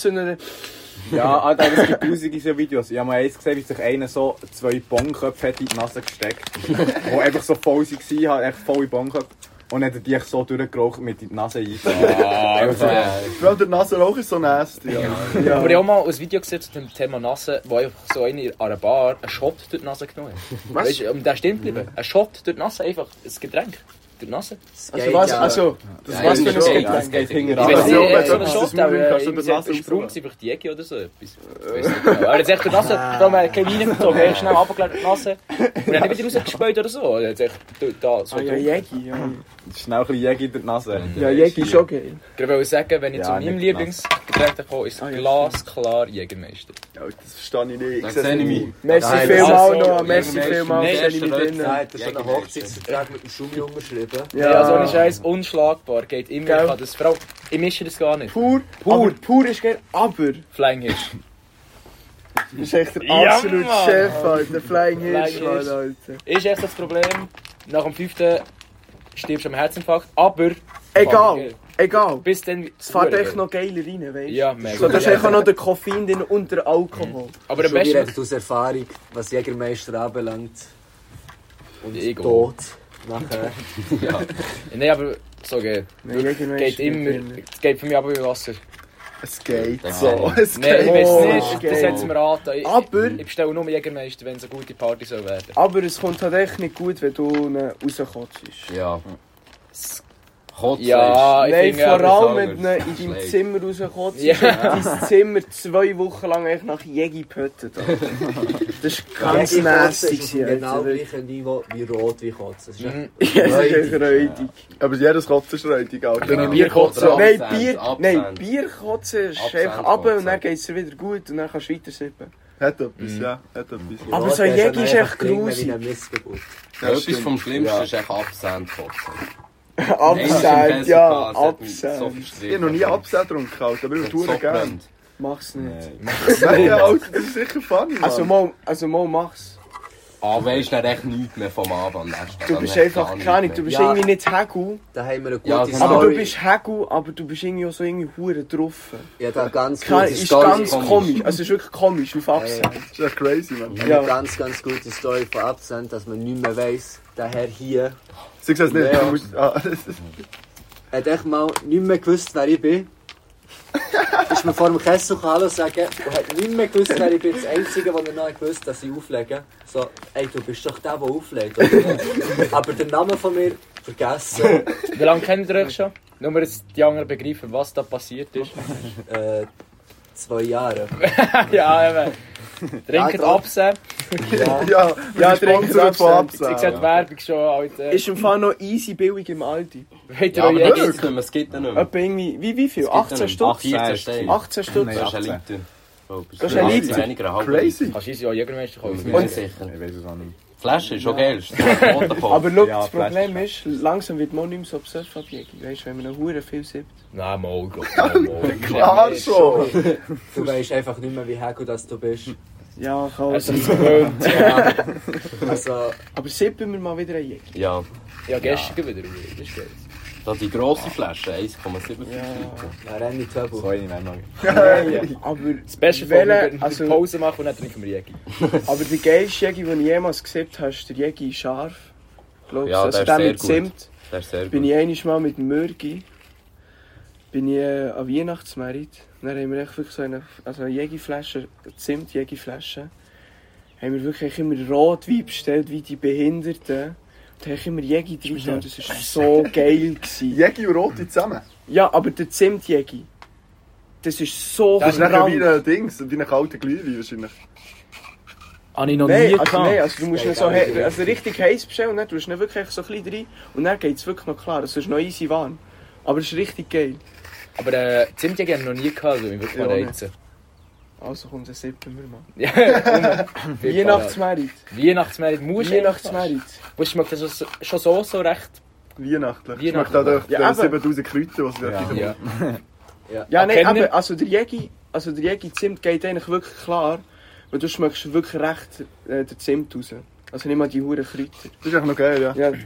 Ja, Alter, es gibt tausende so Videos. Ich habe mal eins gesehen, wie sich einer so 2 Bonköpfe hat in die Nase gesteckt. Die einfach so voll waren, echt volle Bonköpfe. Und dann hat er die echt so durchgeraucht mit in die Nase eingefahren. Vor allem der Nasenrauch ist so nasty. Ja. Aber ich habe auch mal ein Video gesehen zu dem Thema Nase, wo einfach so einer an einer Bar einen Shot durch die Nase genommen hat. Was? Weißt du, und der ist stehen geblieben. Ein Shot durch die Nase, einfach ein Getränk durch die Nase. Also was, also, Das Ja, weiß das ich ist schon. schon- Ja, es geht hinten Ich ran. weiß Also, nicht, wenn so du ein das Shot, Maul aber nimmst, kannst du irgendwie die Nase ein Sprung rausholen. vielleicht die Jägi oder so etwas. Ich weiss nicht genau. Aber jetzt echt die Nase, vor allem eine kleine reingezogen, er ist schnell runtergelegt in die Nase und dann wieder rausgespäut oder so. Er hat echt da so ah, ja, getrunken. Jägi, ja. Schnell ein bisschen Jäger in der Nase. Ja, Jägi ist schon geil. Ich wollte sagen, wenn ich Ja, zu meinem nicht Lieblingsgetränk komme, ist Ah, ja, glasklar Jägermeister. Ja, das verstehe ich nicht. Dann sehe es sehe ich nicht. mich. Merci Nein, vielmal also, noch, merci Jägermeister, vielmal, nein, sehe ich mit erster drin. Ja, hat er schon einen Hochzeitsvertrag mit dem Schumi unterschrieben? Ja, also ohne Scheiß, unschlagbar. Geht immer, Gell? ich kann das, Frau, ich mische das gar nicht. Pur, aber pur ist geil, aber Flying Hirsch. das ist echt der Ja, absolute Mann. Chef, Alter, der Flying Hirsch, Flying Mann, Hirsch. Alter. Ist echt das Problem, nach dem 5. stirbst du am Herzinfarkt, aber... Egal, egal. Bis dann... Es fährt echt noch geiler rein, weißt du? Ja, mega. So, da ist einfach noch der Koffein drin und der Alkohol. Aber am Schon besten... direkt aus Erfahrung, was Jägermeister anbelangt. Und Ego. Tod nachher. Nein, aber so geht. Nein, Jägermeister Geht immer... nicht. Es geht für mich aber über Wasser. Es geht Ja. so. Es Nein, ich geht. weiß Oh, nicht. Das geil. hat mir raten. Aber- Ich bestelle nur Jägermeister, wenn es eine gute Party soll werden. Aber es kommt halt echt nicht gut, wenn du ihn rauskotzt. Ja. Kotzen Ja, ich Nein, finde... vor aber- allem, aber wenn du ihn in deinem schlecht. Zimmer rauskotzt Ja. und dein Zimmer 2 Wochen lang echt nach Jägi gepöttet. Das ist ganz Jägerkotze nasty ist auf dem gewesen, genau Alter. gleichen Niveau wie Rot wie Kotze. Das ist Mhm. Ja, das ist echt räudig. Aber jedes Kotzen ist räudig, Alter. Ja. Noch nie Bierkotzen. gekotzt. Nein, Absent, Nein, Absent. Bierkotzen ist Absent einfach runter und dann kotzen. geht es dir wieder gut und dann kannst du weiter sippen. Hat etwas, ja. Hat etwas. Aber so ein Jägi ist echt grusig. Wie eine Missgeburt. Ja, etwas vom Schlimmsten ist echt Absent kotzen. Absent, ja, So Absent. Ich habe noch nie Absent getrunken, Alter, aber ich tue es gerne. Mach's nicht. Nein, Alter, das ist sicher funny, Mann. Also mal mach's. Du weisst dann echt nichts mehr vom Abend. Du bist einfach, keine Ahnung, du bist Ja. irgendwie nicht Hegu, Da haben wir eine gute Ja, Story. genau. aber du bist Hegu, aber du bist irgendwie auch so irgendwie hure drauf. Ja, da ganz Keine, gute ist Story. ganz komisch, also ist wirklich komisch auf Absehen. Das ist echt crazy, man. Ja. Eine ganz gute Story von Absent, dass man nicht mehr weiss, der Herr hier Sag es nicht, Ja. du musst... hat echt mal nicht mehr gewusst, wer ich bin. Ist mir vor dem Kessel Hallo sagen und hat nicht mehr gewusst, wer ich bin. Das Einzige, was er noch gewusst hat, dass ich auflege. So, ey, du bist doch der auflegt. Oder? Aber den Namen von mir vergessen. Wie lange kennt ihr euch schon? Nur mal jetzt die anderen begreifen, was da passiert ist. 2 Jahre. Ja, eben. Trinkt Ja, Absam. Ja. Ja, Ja, trinken trinken von Absam. Ich sehe die Werbung schon, Alter. Ist im Fall noch easy billig im Aldi. Wollt ihr Ja, auch aber jeden? das gibt's nicht mehr, es gibt ja nicht mehr. Etwa irgendwie, wie viel? Es gibt 18 ja nicht Stutz? 14 Steine. 18 Stutz? Nein. Das ist ein 18. Liter. Oh, Das ist ein Liter? Weniger, ein halber Crazy. Kannst du easy auch Jägermeister kaufen? Liter. Und- Und sicher. Ich weiß es auch nicht. Flasche ist schon geil. ist Motorkopf. Aber schau, Ja, das Problem Flash. ist, langsam wird man nicht mehr so obsessed von Jäger. Weißt du, wenn man noch hure viel sieht. Nein, mal, mal. Klar schon. Du weißt einfach nicht mehr, wie Hego das du bist. Ja, kann Es auch ist sein. gewöhnt. Ja. Also, Aber sippen wir mal wieder einen Jäger. Ja, Ja, gestern wieder. Das ist geil. da die grosse Flasche, 1,75 Ja. Liter. Renny Töbel. So eine wäre noch. Aber Das Beste von Welche- wir also- Pause machen und dann trinken wir Jäger. Aber der geilste Jägi, den ich jemals gesehen habe, ist der Jägi Scharf. Glaubst du? Ja, Also der ist der sehr mit gut. Zimt. Das ist sehr Bin gut. ich einmal mal mit dem Mürgi bin ich an Weihnachtsmerit. Dann haben wir echt wirklich so eine Jägi-Flasche, eine Zimt-Jägi-Flasche. Haben wir wirklich immer Rotwein bestellt, wie die Behinderten. Und haben immer Jägi drin und das war so geil gewesen. Jägi und Rote zusammen. Ja, aber der Zimt-Jägi, das ist so Das ist nachher wie krank. ein Dings, wie ein kalter Glühwein wahrscheinlich. Habe ich noch nie Nein, gehabt. also du musst ihn so also richtig heiß bestellen und dann tust du ihn wirklich so ein bisschen rein und dann geht es wirklich noch klar. Es ist noch easy warm. Aber es ist richtig geil. Aber Zimtjäger habe ich noch nie gehabt, also ich wirklich mal Ja, reizen. Also komm, das sippen wir mal. Ja, Weihnachtsmerit. Weihnachtsmerit musst du Weihnachtsmerit. Du schmeckt das schon so recht. Weihnachtlich. Weihnachtlich. Schmeckt auch durch Ja, die eben. 7000 Kräuter, die sie Ja. dort Ja. Ja, nein, kennen wir- aber also der Jägi Zimt geht eigentlich wirklich klar, weil du schmeckst wirklich recht den Zimt raus. Also nicht mal die huren Kräuter. Das ist echt noch geil, ja. Ja,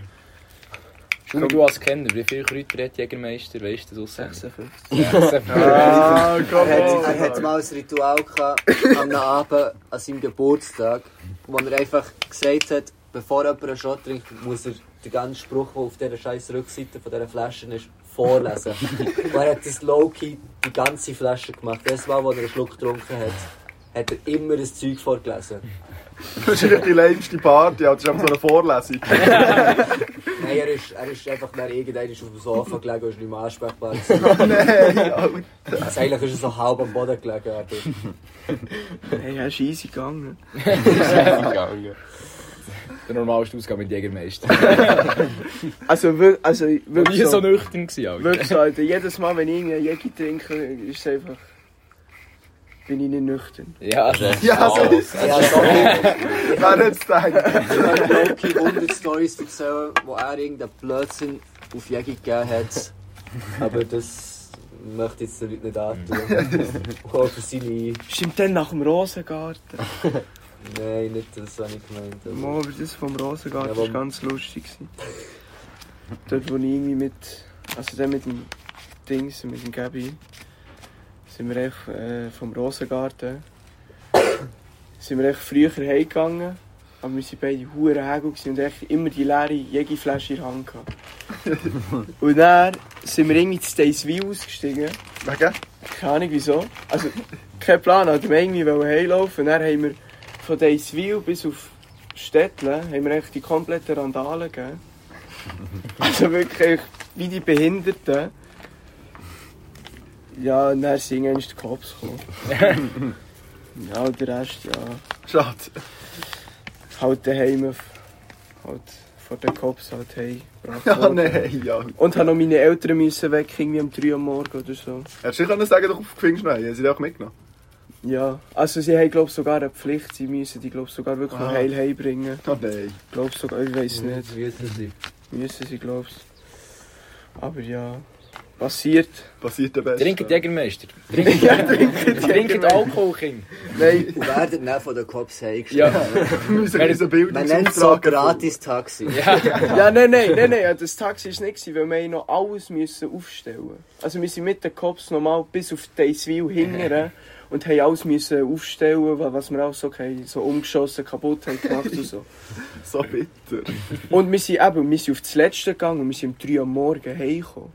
Du als Kenner, wie viele Kräuter hat Jägermeister, weißt du das auswendig? 56. Ah, komm Er hat mal ein Ritual gehabt, am Abend an seinem Geburtstag, wo er einfach gesagt hat, bevor jemand einen Shot trinkt, muss er den ganzen Spruch, der auf dieser scheiß Rückseite von dieser Flasche ist, vorlesen. Und er hat das low-key die ganze Flasche gemacht. Jedes Mal, als er einen Schluck getrunken hat er immer das Zeug vorgelesen. Das ist echt die lämste Party, das ist einfach so eine Vorlesung. Nein, er ist einfach dann irgendwann auf dem Sofa gelegen und ist nicht mehr ansprechbar gewesen. Nein, Alter. Also eigentlich ist er so halb am Boden gelegen. Aber Hey, er ist easy gegangen. Gegangen. Der normalste Ausgang mit Jägermeister. Also wirklich Nie so so. nüchtern gewesen, Alter. Wirklich so, Alter. Jedes Mal, wenn ich einen Jägi trinke, ist es einfach... bin ich nicht nüchtern. Ja, Ja, so ist es. ja, so Wer hätte es gedacht? Ich kann Loki 100 Storys erzählen, wo er irgendeinen Blödsinn auf Jägi gegeben hat. Aber das möchte ich jetzt den Leuten nicht antun. Auch für seine... Stimmt dann nach dem Rosengarten. Nein, nicht das habe ich gemeint. Also, Mal, aber das vom Rosengarten Ja, wo- war ganz lustig. Dort, wo ich irgendwie mit... Also dann mit dem Dings, mit dem Gabi, sind wir echt vom Rosengarten... sind wir echt früher heimgegangen. Aber wir waren beide hure Hägel und echt immer die leere Jägi-Flasche in der Hand gehabt. Und dann sind wir irgendwie zu Deiswil ausgestiegen. Wegen? Keine Ahnung wieso. Also, kein Plan, aber wir irgendwie heimlaufen. Und dann haben wir von Deiswil bis auf Städtle haben wir echt die komplette Randale gegeben. Also wirklich wie die Behinderten. Ja, und dann sind irgendwann die Cops gekommen. Ja, und der Rest, ja. Schade. Halt daheim, halt vor den Cops halt heim. Ja, nein, ja. Und habe noch meine Eltern müssen weg, irgendwie um 3 Uhr morgens oder so. Hättest du nicht sagen, doch auf Pfingstnein, haben sie dich auch mitgenommen? Ja, also sie haben glaube ich sogar eine Pflicht, sie müssen die glaube ich sogar wirklich noch Ah. heil heimbringen. Oh nein. Glaube sogar, ich weiß nicht, Müssen sie. müssen sie glaube ich. Aber ja, Passiert. Passiert der Beste. Trinkt Jägermeister. Trinkt Alkohol, Kind. Nein, Und werden dann von den Cops heimgestellt. Ja. Wir müssen diesen Man nennt es so Bildungsauftrag Gratis-Taxi. ja, nein, das Taxi war nicht, weil wir noch alles müssen aufstellen. Also wir sind mit den Cops nochmal bis auf Deiswil hingern und haben alles müssen aufstellen, was wir auch so umgeschossen, kaputt haben gemacht und so. So bitter. Und wir sind auf das Letzte gegangen und wir sind um 3 Uhr am Morgen heimgekommen.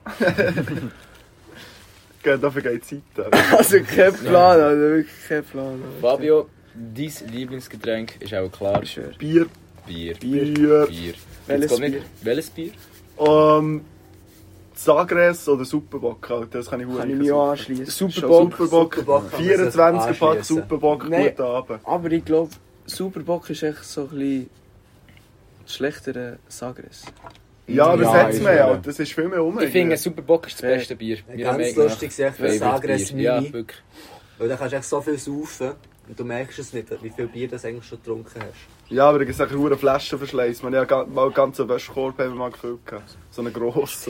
Dafür geht Zeit. Also kein Plan, also wirklich kein Plan. Fabio, dein Lieblingsgetränk ist auch klar. Bier. Bier. Bier. Welches Jetzt geht nicht- Welches Bier? Sagres oder Superbock, halt. Das kann ich Kann ich mich auch anschließen. Superbock. Superbock kann man sich 24 Pack anschliessen. Superbock, Nein. guten Abend. Aber ich glaube, Superbock ist echt so ein bisschen schlechtere Sagres. Ja, aber Ja, das hat's ist mehr, ja. halt. Das ist viel mehr um. Ich finde, Superbock ist das beste Bier. Ganz lustig ist echt für Sagres Mini. Ja, wirklich. Weil da kannst du echt so viel saufen und du merkst es nicht, wie viel Bier du eigentlich schon getrunken hast. Ja, aber da gibt es auch eine Flaschenverschleiß. Man hat ja mal einen ganzen Wäschekorb haben wir mal gefüllt. So einen grossen.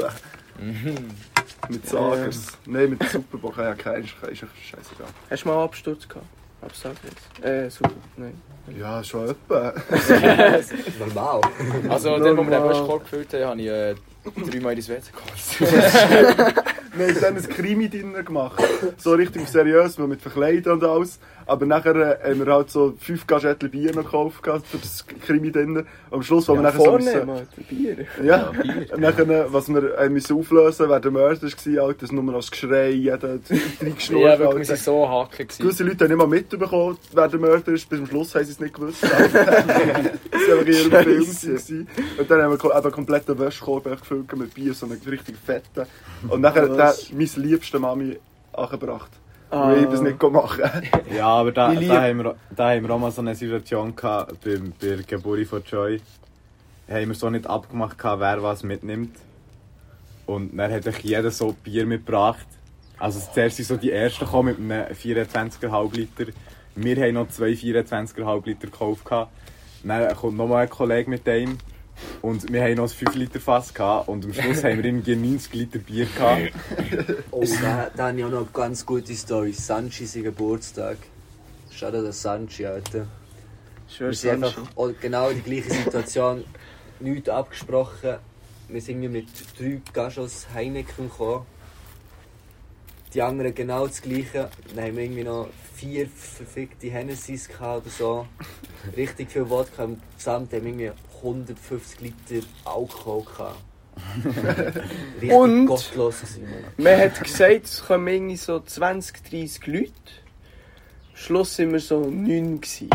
Mit Sagers. Nein, mit Superbock. Ja, keinen. Ist scheißegal. Hast du mal einen Absturz gehabt? Ab Sagres? Super, nein. Ja, schon etwa. Normal. Also, dort, wo wir den Normal. Wäschekorb gefüllt haben, habe ich 3 Mal in das WC gekostet. Wir haben dann ein Krimi-Dinner gemacht. So richtig seriös, mit Verkleiden und alles. Aber nachher haben wir halt so 5 Gagetten Bier noch gekauft für das Krimi-Dinner. Am Schluss, wo wir nachher so Vornehmen, Alter, Bier. Ja, und nachher, was wir müssen auflösen, wer der Mörder war, Alter, das nur als Geschrei, jeder reingeschnurrt. Ja, wirklich, wir Alter. waren so hacken. Gewisse Leute haben nicht mal mitbekommen, wer der Mörder ist. Bis zum Schluss haben sie es nicht gewusst. Das war einfach in ihrem Film gewesen. Und dann haben wir eben einen kompletten Wäschekorb gefüllt mit Bier, so einen richtig fetten. Und nachher hat meine liebste Mami angebracht. Weil ich das nicht machen konnte. Ja, aber da Ich lieb- haben wir auch mal so eine Situation gehabt, bei der Geburt von Joy. Haben wir so nicht abgemacht, wer was mitnimmt. Und dann hat euch jeder so Bier mitgebracht. Also zuerst sind so die ersten gekommen mit einem 24,5 Liter. Wir haben noch 2 24,5 Liter gekauft. Dann kommt nochmal ein Kollege mit dem. Und wir haben noch ein 5 Liter Fass gehabt. Und am Schluss haben wir irgendwie 90 Liter Bier gehabt. Oh, da habe ich auch noch eine ganz gute Story. Sanchi, sein Geburtstag. Schau dir das Sanchi, Alter. Wir sind einfach genau die gleiche Situation. Nichts abgesprochen. Wir sind irgendwie mit 3 Gajos Heineken gekommen. Die anderen genau das Gleiche. Dann haben wir irgendwie noch 4 verfickte Hennessys gehabt oder so. Richtig viel Wodka. Im Gesamt haben wir irgendwie 150 Liter Alkohol gehabt. Richtig Und? gottlos gewesen, Mann. Man hat gesagt, es kommen irgendwie so 20, 30 Leute. Am Schluss waren wir so 9 gewesen.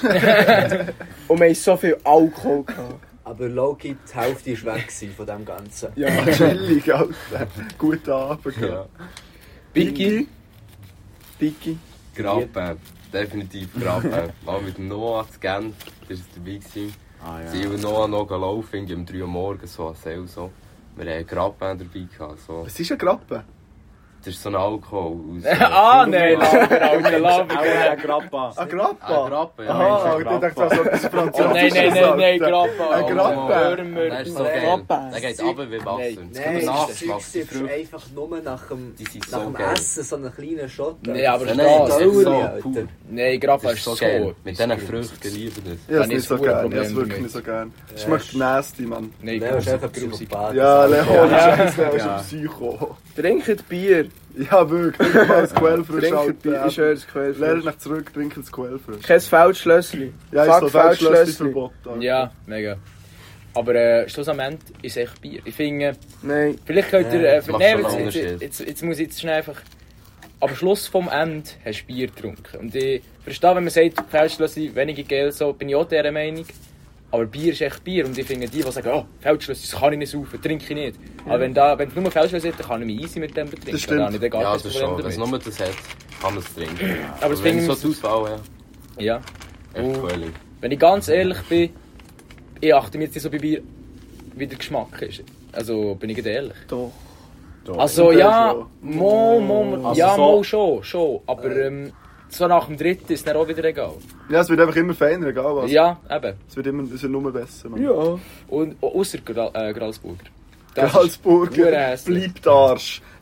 Und wir hatten so viel Alkohol gehabt. Aber Loki, die Hälfte war weg gewesen von dem Ganzen. Ja, chillig, Alter. Guten Abend. Ja. Biggie? Biggie. Grappe. Definitiv Grappe. Mal mit dem Noah zu Genf. Das war dabei gewesen. Ah, ja. Sie und Noah noch laufen, irgendwie um 3 Uhr morgens, so an Seel so. Wir hatten Grappe dabei gehabt, so. Was ist ein Grappe? Das ist so ein Alkohol aus... Nein, Alter, Laber. Ein Grappa. Ein Grappe? Ah, Grappe, ja. Aha, ich dachte, das war etwas Oh Französisches. nein, Grappa. Ein Grappe. Hören Der ist so wir. geil. Grappa. Der geht runter wie Wasser. Nein. Das Nein, kann man das nachschlagen, die ist Früchte. einfach nur nach dem, Die sind nach so dem geil. Essen so einen kleinen Shot. Nein, aber Nein, das das ist ist so Alter. cool. Nein, Grappa Das ist ist so so. geil. Mit diesen Früchten liebe ich das. Ich hab's Dann nicht ist so ein gern. Ich Problem hab's wirklich damit. nicht so gern. Es schmeckt nasty, Mann. Nein, Leo ist einfach grusig. Psychopath. Ja, Leo, Ja. Scheiße, Leo ist Ja. ein Psycho. Trinkt Bier. Ja, wirklich. Trink mal das Quellfrisch, Trinkt Bier. Ich Alter. höre das Lernt Quellfleisch. nach zurück, trinkt das Quellfrisch. Kein Feldschlössli. Ja, ist so Fuck Feldschlösschen Feldschlössli. verboten. Ja, mega. Aber schlussendlich ist es echt Bier. Ich finde, Nein. vielleicht könnt ihr... das macht schon einen jetzt, Unterschied. jetzt muss ich jetzt schnell einfach... Am Schluss vom Ende hast du Bier getrunken. Und ich verstehe, wenn man sagt, Feldschlösschen weniger Geld, so bin ich auch dieser Meinung. Aber Bier ist echt Bier. Und ich finde, die sagen, oh, Feldschlösschen, das kann ich nicht saufen, trinke ich nicht. Aber wenn es nur Feldschlösschen hat, dann kann ich mich easy mit dem betrinken. Das stimmt. Dann habe ich dann gar Ja, kein das Problem schon. Wenn es damit. nur das hat, kann man es trinken. Aber das wenn finde es so ich... die Auswahl Ja. echt cool. Wenn ich ganz ehrlich bin, ich achte mir jetzt nicht so bei Bier, wie der Geschmack ist. Also, bin ich gerade ehrlich. Doch. Also ja, schon. mal, ja, so- mal schon. Aber so nach dem dritten ist es dann auch wieder egal. Ja, es wird einfach immer feiner, egal was. Ja, eben. Es wird nur besser. Man. Ja. Und außer Gralsburger. Das ist Salzburger hure hässlich. bleibt Arsch.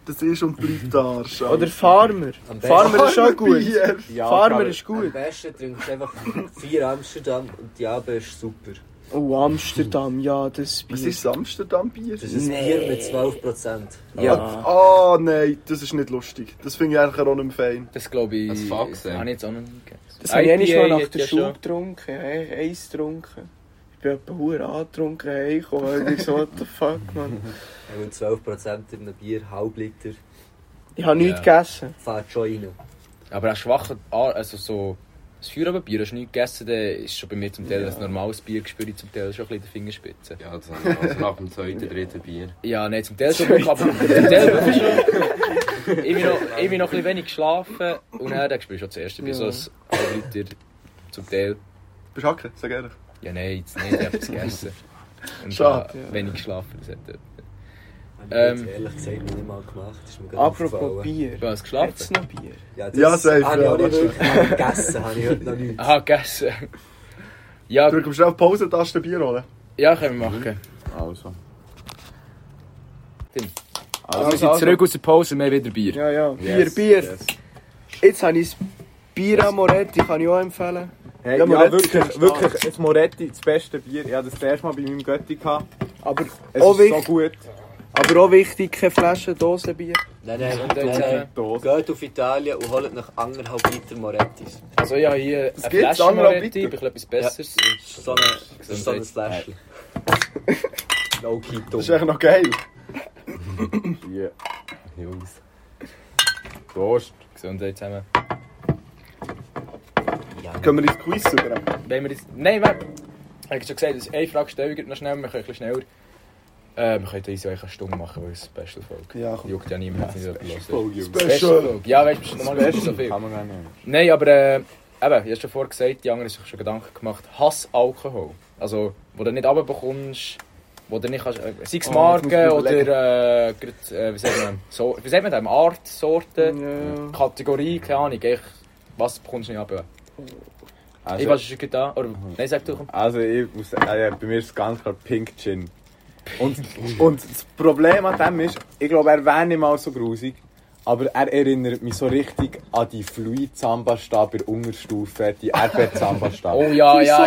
Das ist und bleibt Arsch. Oder Farmer. Am besten- Farmer ist schon gut. Bier. Ja, Farmer aber- ist Am gut. besten trinkst du einfach 4 Amsterdam und die Abend ist super. Oh, Amsterdam, ja, das Bier. Was ist das Amsterdam-Bier? Das ist ein Bier mit 12%. Ja. Ah, nein, das ist nicht lustig. Das finde ich eigentlich auch nicht mehr fein. Das glaube ich... Das Fax, ey. habe ich jetzt auch noch nie gegessen. Das habe ich eigentlich mal nach hat der ja Schule schon- getrunken. Ich habe eins getrunken. Ich bin etwa verdammt angetrunken heimgekommen. Ich so, what the fuck, man. Und 12% in einem Bier, halb Liter, Ich habe nichts Ja. gegessen. fährt schon rein. Aber ein schwacher... Also so... Das Feierabendbier hast du nicht gegessen, dann ist schon bei mir zum Teil ein normales Bier gespürt, zum Teil schon ein bisschen die Fingerspitze. Ja, das habe ich also nach dem zweiten, dritten Bier. Ja, nein, zum Teil schon wirklich, aber zum Teil wirklich schon. Ich habe noch ein bisschen wenig geschlafen und dann spürst du schon das erste Bier, so ein halb Liter zum Teil. Bist du Hacker? Sag ehrlich. Ja, nein, jetzt nicht, ich habe es gegessen. Und Schade. habe wenig geschlafen. Das hat, Habe ich jetzt ehrlich gesagt noch nicht mal gemacht. Das ist mir gerade Apropos aufgefallen. Bier. du hast geschlafen? Hat's noch Bier? Ja, das Ja, safe, habe ich auch ja, nicht wirklich mal gegessen, habe ich heute noch nicht. Aha, gegessen. Ja, Du kommst schnell auf Pausentaste Bier holen. ja, können wir machen. Also. Also, wir sind zurück aus der Pause und wir haben wieder Bier. Ja, ja. Yes, Bier. yes. Jetzt habe ich das Bier Amoretti, kann ich auch empfehlen. Hey, Ja, ja, Moretti wirklich, ist wirklich, das Moretti, das beste Bier. Ich hatte das erste Mal bei meinem Götti gehabt. Aber Es auch, ist so wichtig, gut. aber auch wichtig, keine Flaschen, Dosenbier. Nein, Und dann, geht auf Italien und holt nach 1,5 Liter Morettis. also ich habe hier eine gibt's, Flasche 1,5 Moretti, Liter? aber etwas Besseres. So ein Fläschchen. No Keto. Das ist eigentlich noch geil. Bier. Jungs. Prost. Gesundheit zusammen. Können wir ins Quiz über? Wollen wir jetzt... Nein, ich habe schon gesagt, das ist eine Frage stellen, noch schnell, wir können ein bisschen schneller. Wir können uns ja eine Stunde machen, weil es eine Special-Folge. Ja, komm. Juckt ja niemand, jetzt nicht so viel Folge, Jungs. Special-Folge. Ja, weißt du, normal ist so viel. Kann man gar nicht. Nein, aber eben, ich habe schon vorher gesagt, die anderen haben sich schon Gedanken gemacht. Hass Alkohol. Also, wo du nicht runterbekommst, wo du nicht kannst, sei es jetzt Marken muss ich oder, wie sagt man das, Art, Sorte, Ja. Kategorie, keine Ahnung, eigentlich, was bekommst du nicht ab? Ich weiß schon da, oder, nein, sag du, komm. Also ich muss, bei mir ist es ganz klar Pink Gin. Und das Problem an dem ist, ich glaube, er wäre nicht mal so grusig, aber er erinnert mich so richtig an die Fluid-Zambasta bei der Unterstufe, die Erdbeer-Zambasta. Oh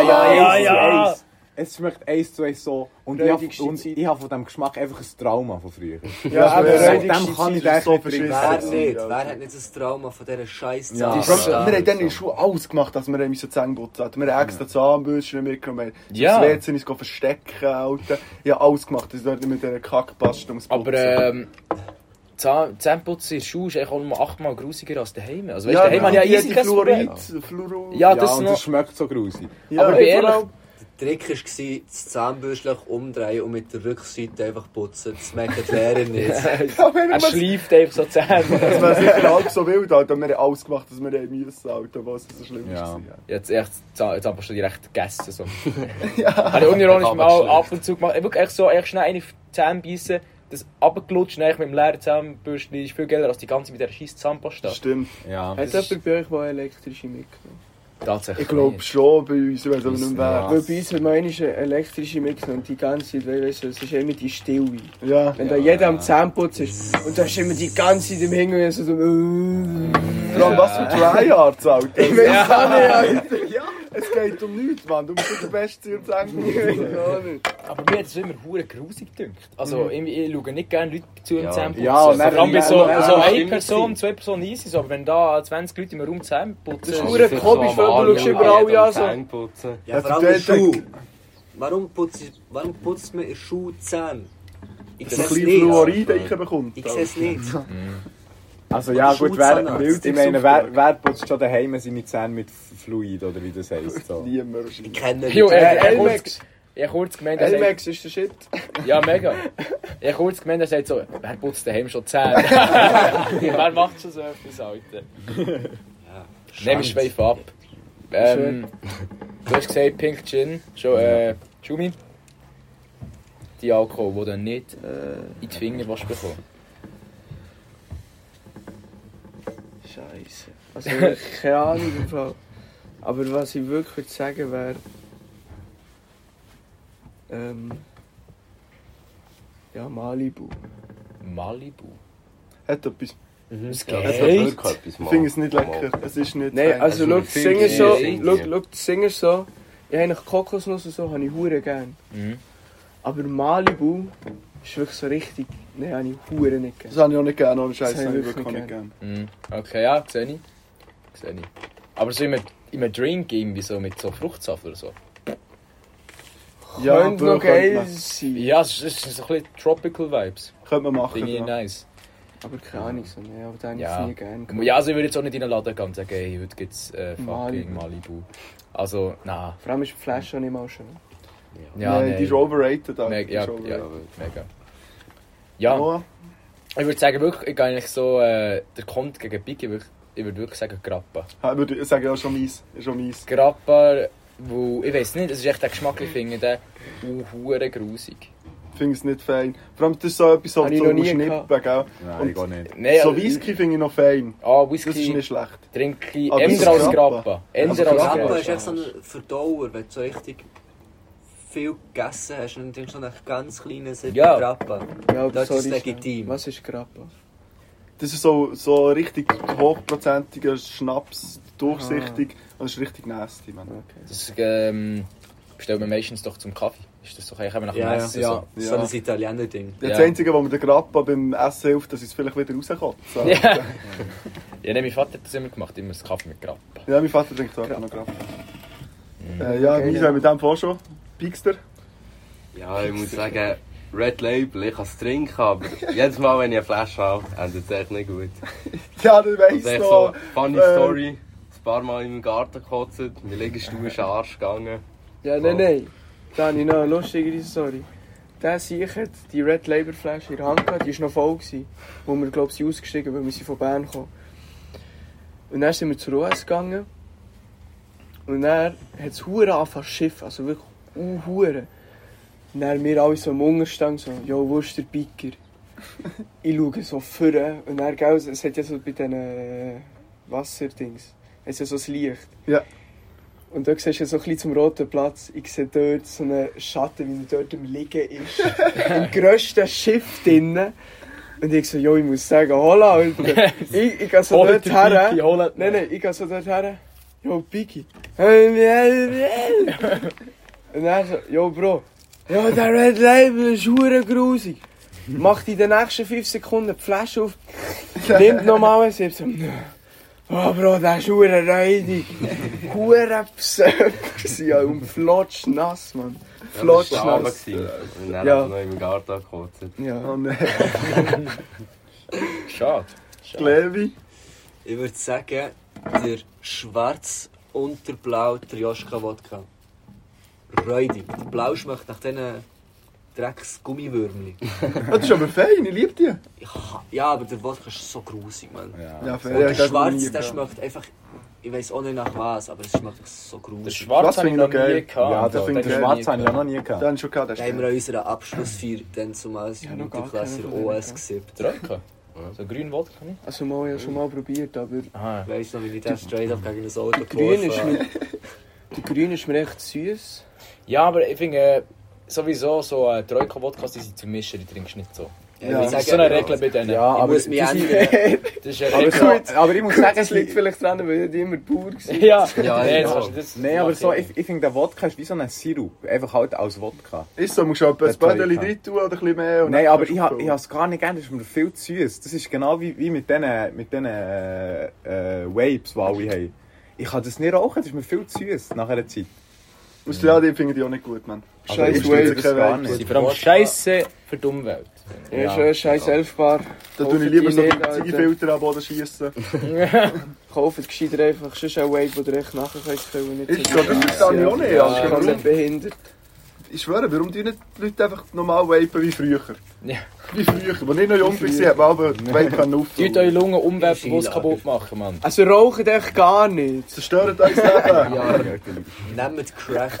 ja. Es schmeckt 1:1 so. Und Räudigste ich habe von diesem Geschmack einfach ein Trauma von früher. Ja, aber aber Seitdem räudigste kann ich Zeit den so nicht trinken. verschissen. Wer nicht? Ja. Wer hat nicht das Trauma von dieser scheiß Ja. Wir Zahnpasta? haben dann in der Schule alles gemacht, dass wir die Zähne putzen hatten. Wir haben extra Zahnbürsten mitgenommen. Ja. Das WC uns verstecken, Alter. Ich habe alles gemacht, dass ich dort mit dieser Kackpaste ums Putzen. Aber, Zähneputzen in der Schule ist eigentlich auch noch 8-mal grusiger als daheim. Also, weißt ja, du, daheim habe ich ja easy kein Problem. Fluorid. Ja, Ja, das und noch. das schmeckt so grusig. Ja, aber bei ehrlich, Der Trick war, das Zahnbürstchen umdrehen und mit der Rückseite einfach putzen. Das merkt die Lehrer nicht. er schleift einfach so Zähne. das wäre sicher halb so wild, Alter. Wir haben alles gemacht, dass wir haben müssen, Alter, was so schlimm Ja. war. Jetzt echt Zahnpasta direkt gegessen. So. Habe ich unironisch mal ab und zu gemacht. Wirklich echt so, echt schnell eine Zähne beißen, das runtergelutscht, mit dem leeren Zahnbürstchen ist viel geiler als die ganze mit dieser scheiß Zahnpasta. Stimmt. Ja. Hat jemand bei euch mal elektrische mitgenommen? Tatsächlich. Ich glaube schon bei uns, ich weiß aber nicht mehr. Weil bei uns hat man einmal eine elektrische mitgenommen und die ganze Zeit, weißt du, es ist immer die Stille. Ja. Wenn da jeder am Zähneputzen ist und da ist immer die ganze Zeit im Hintergrund so... Vor allem was für Tryhards, Alter. Ich weiß auch nicht, Alter. Ja, es geht um nichts, Mann. Du bist der Beste im Zähne. Aber mir hat es immer hure grusig gedünkt. Also ich schaue nicht gerne Leute zu im Zähneputzen. Ja, und dann- Vor allem bei so, ja, so ja, eine stimmt. Person, 2 Personen easy, so, aber wenn da 20 Leute im Raum Zähne putzen... Das ist ist- hure komisch, weil du schaust überall ja so... Zähneputzen. Ja, vor allem der in Schuhe. Warum putzt man in Schuhe die Zähne? Ich Dass sehe ein es bisschen nicht. Fluorid reinbekommt. Ich sehe es nicht. Also ja gut, Schulzahnarzt. ich meine, wer putzt schon daheim seine Zähne mit Fluid oder wie das heisst? So. Niemand Ich wahrscheinlich. kenne Jo, Elmex. Ich habe kurz gemeint, er sagt... Elmex ist der Shit. Ja, mega. Ich habe kurz gemeint, er sagt so, wer putzt daheim schon die Zähne? Wer macht schon so etwas, Alter? Nehmen wir Schweif ab. Du hast gesagt, Pink Gin, schon Jumi. Die Alkohol, die du nicht in die Finger bekommen. Scheiße. Also wirklich keine Ahnung im Fall. Aber was ich wirklich würde sagen wäre... ja, Malibu. Malibu. Hat etwas. Es Ja, geht. das hat wirklich etwas Ich mal. finde es nicht lecker. Es ist nicht Nein, fein. also Also schau, mit die Singer viel so, Käse. schau, die Singer so, ich habe Kokosnuss und so, habe ich hure gern. Mhm. Aber Malibu ist wirklich so richtig, nein, habe ich hure nicht gern. Das habe ich auch nicht gerne, ohne Scheiß. Das Das habe habe ich ich wirklich wirklich nicht gerne. Mhm. Okay, ja, sehe ich. Aber so in einem Drink irgendwie so mit so Fruchtsaft oder so. Ja, Könnte noch könnte geil man. sein. Ja, es ist so ein bisschen Tropical Vibes. Könnte man machen. Finde ich Ja. nice. Aber keine Ahnung, so, nee, aber den habe ich Ja. nie gern gehabt. Ja, also ich würde jetzt auch nicht in den Laden gehen und sagen, hey, heute gibt es fucking Malibu. Malibu. Also, nein. Vor allem ist die Flasche auch nicht mal schön. Ja, Nein, die ist overrated. Alter. Mega, Die ja, ist overrated. mega. Ja, Noah? ich würde sagen, wirklich, ich gehe eigentlich so, der Kont gegen Biggie, ich würde wirklich sagen Grappa. Ja, würde ich sagen, auch schon mies. Ist schon mies. Grappa, wo, ich weiß nicht, das ist echt der Geschmack, ich finde den hure grusig. Ich finde es nicht fein. Vor allem, das ist so etwas, so Habe ich so noch nie Schnippen, gell? Nein, ich gar nicht. Nee, So Whisky finde ich noch fein. Ah, Das ist Whisky nicht schlecht. trinke ich Aber eher das ist als Grappa. Grappa. Eher als Grappa Grappa Grappa. ist echt so ein Verdauer, wenn du so richtig viel gegessen hast und dann trinkst du noch einen ganz kleinen Sip Ja. Grappa. Ja, aber Das ist sorry, legitim. Was ist Grappa? Das ist so richtig hochprozentiger Schnaps, durchsichtig. Und das ist richtig nasty, man. Okay. Das bestellt man meistens doch zum Kaffee. Ist das doch eigentlich nach dem Ja, Essen ja. so? So ein Italiener-Ding. Das Ja. Einzige, was mir der Grappa beim Essen hilft, dass es vielleicht wieder rauskotzt. So. Ja. Ja, nein, mein Vater hat das immer gemacht, immer das Kaffee mit Grappa. Ja, mein Vater trinkt auch noch Grappa. Mhm. Ja, Okay, wir ja. haben mit dem vor schon. Piekster. Ja, ich muss sagen, Red Label, ich kann es trinken, aber jedes Mal, wenn ich eine Flasche habe, endet es echt nicht gut. Ja, du Das ist weißt echt noch. so, funny Story, ein paar Mal im Garten gekotzt, mir Liegestuhl ist Arsch gegangen. Ja, nein. Da habe ich noch eine lustige Story. Der Sieg hat die Red Label Flasche in der Hand gehabt, die war noch voll gewesen, wo wir, glaube ich, ausgestiegen, weil wir sind von Bern gekommen. Und dann sind wir zur US gegangen. Und dann hat es Huren angefangen zu schiffen, also wirklich Huren. Und dann wir alle so am Unterstand so, jo, wo ist der Biker? Ich schaue so vorne und dann, gell, es hat ja so bei diesen Wasserdings, es ist ja so das Licht. Ja. Und da siehst du so ein bisschen zum roten Platz, ich sehe dort so einen Schatten, wie er dort am Liegen ist. Im grössten Schiff drinnen. Und ich so, jo, ich muss sagen, holla, Alter. Ich gehe so dort her. Nein, ich gehe so dort her. Jo, Biggie. Und dann so, jo, Bro. Ja, der Red Label ist hure grusig. Macht in den nächsten 5 Sekunden die Flasche auf, nimmt nochmal einen Sip. So, oh, Bro, der ist hure räudig. Hure besäuft ja, und flotsch nass, Mann. Flotsch Das war nass. Abend und dann Ja. hat er noch im Garten gekotzt. Ja. Oh nein. Schade. Levi. Ich würde sagen, der schwarz unterblau Trioschka-Wodka. Räudig. Der Blau schmeckt nach diesen Drecks-Gummiwürmchen. Das ist aber fein, ich liebe die. Ja, aber der Wodka ist so grusig, Mann. Ja, Und fair. der Ich hab noch Schwarz, nie der gehabt. schmeckt einfach... Ich weiß auch nicht nach was, aber es schmeckt so Der grusig. Schwarz Was habe ich finde noch ich noch nie geil? gehabt. Ja, das den finde ich den geil. Schwarz habe ich auch noch nie Den gehabt. haben wir schon gehabt, das Da ist haben wir an unserer Abschlussfeier dann zumal Ja, noch in gar der Klasse keinen von denen OS gehabt. gesippt. Troika? So grün Wodka nicht? Also mal, ja schon mal probiert, aber Aha. Ich weiss noch, wie ich den straight up gegen ein Auto grün ist geworfen mir, habe. der Grün ist mir echt süß. Ja, aber ich finde sowieso so Troika-Wodkas, die sind zum Mischen, die trinkst du nicht so. Ja, Ja, ich Das sage ist so eine ja, Regel bei denen. Ja, Ich aber muss mich das ändern. Das ist eine aber, Regel. so, aber ich muss sagen, Das liegt vielleicht daran, weil ich immer Bauer war. Ja, Ja, nee, ja. das Nein, aber so, ich finde, der Wodka ist wie so ein Sirup. Einfach halt als Wodka. Ist so, musst du auch ein Der Bödeli Troika. drin tun oder ein bisschen mehr. und Nein, dann aber kannst ich du habe auffüllen. es gar nicht gerne, das ist mir viel zu süß. Das ist genau wie mit diesen Vapes, die alle haben. Ich kann das nicht rauchen, das ist mir viel zu süß nach einer Zeit. Aus der die finde ich auch nicht gut, man. Also Scheiß ich Wave, unterstütze das das gar gar Sie nicht. sind vor allem scheisse für die Umwelt. Ja, ist ein scheiß Elfbar. Da tue ich lieber so einen Ziegefilter am Boden schiessen. Kauft gescheiter einfach sonst einen Wave, den ihr echt nachher könnt füllen. Nicht Ist so, das verstehe ich auch nicht. Ja, Also, das ist warum, ganz behindert. ich schwöre, warum die nicht die Leute einfach normal vapen wie früher? Ja. Wie früher. Als ich noch jung war, hat man aber die Vape Tut auffüllen. eure Lungen umwerfen, die es Skilager. kaputt machen, Mann. Also rauchen echt gar nicht. Zerstört euch das Leben. Ja, nehmt Crack.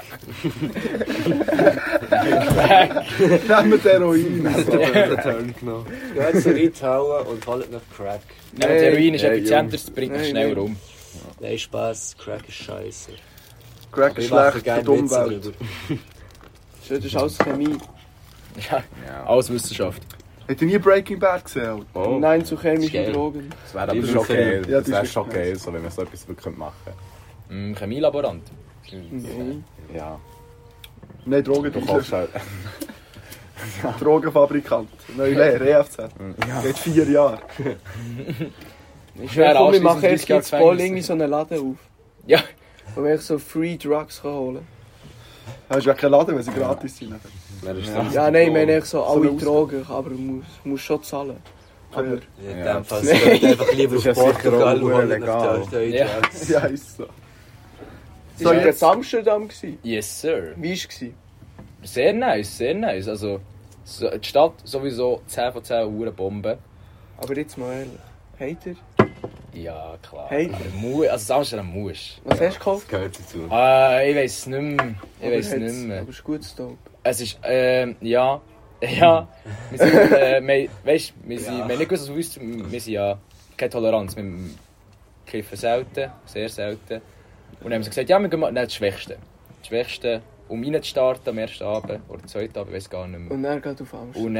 Nehmt Heroin. Den Turn genommen. Geht so reinhauen und holt noch Crack. Ja, das Heroin ist Ja, effizienter, das bringt Nein, mich schneller nein. um. Nein, Spaß, Crack ist scheiße. Crack ist Ich mache schlecht für gerne die Witze Umwelt. drüber. Das ist alles Chemie. Ja, alles Wissenschaft. Habt ihr nie Breaking Bad gesehen? Alter? Oh. Nein zu chemischen Geil. Drogen. Das wäre Die aber schon Film. geil. Ja, Das die wäre ist schon wirklich geil, nice. so, wenn man so etwas wirklich machen könnte. Chemielaborant. Nein. Ja, Nein, du Drogendealer. kaufst halt. Drogenfabrikant. Neue Lehre, EFZ. Ja. Geht 4 Jahre. Ich Ja, schwöre, wir machen anschliessend erst 30 Jahre jetzt bald Gefängnis. irgendwie so einen Laden auf. Ja. Wo man echt so Free Drugs kann holen Hast du ja keinen Laden, wenn sie gratis sind. Wer ist Ja. das? Ja, nein, ich meine echt so So alle eine Drogen, aber du musst schon zahlen. Aber Fair. In Ja. dem Fall geht einfach lieber Das auf ist ja sicher Portugal auch und legal. nach Deutschland. Ja. Ja, ist so. das So, war jetzt- jetzt Amsterdam. Yes, sir. Wie war es? Sehr nice, sehr nice. Also, die Stadt sowieso 10 von 10 Uhrenbomben. Aber jetzt mal ehrlich. Hater? Ja, klar. Hey. Also, Amsterdam muss. Was hast du gekauft? Das gehört dazu. Ich weiß es nicht mehr. Ich weiß Aber nicht hat's- mehr. Aber es ist gutes Dope. Es ist, ja. Ja. Wir sind, weißt, wir haben nicht gewusst, was wir wussten. Wir sind ja keine Toleranz. Wir kiffen selten, sehr selten. Und dann haben sie gesagt, ja, wir gehen mal. Nein, das Schwächste. Das Schwächste, um reinzustarten am ersten Abend oder am zweiten Abend, ich weiß gar nicht mehr. Und dann geht auf Amsterdam. Und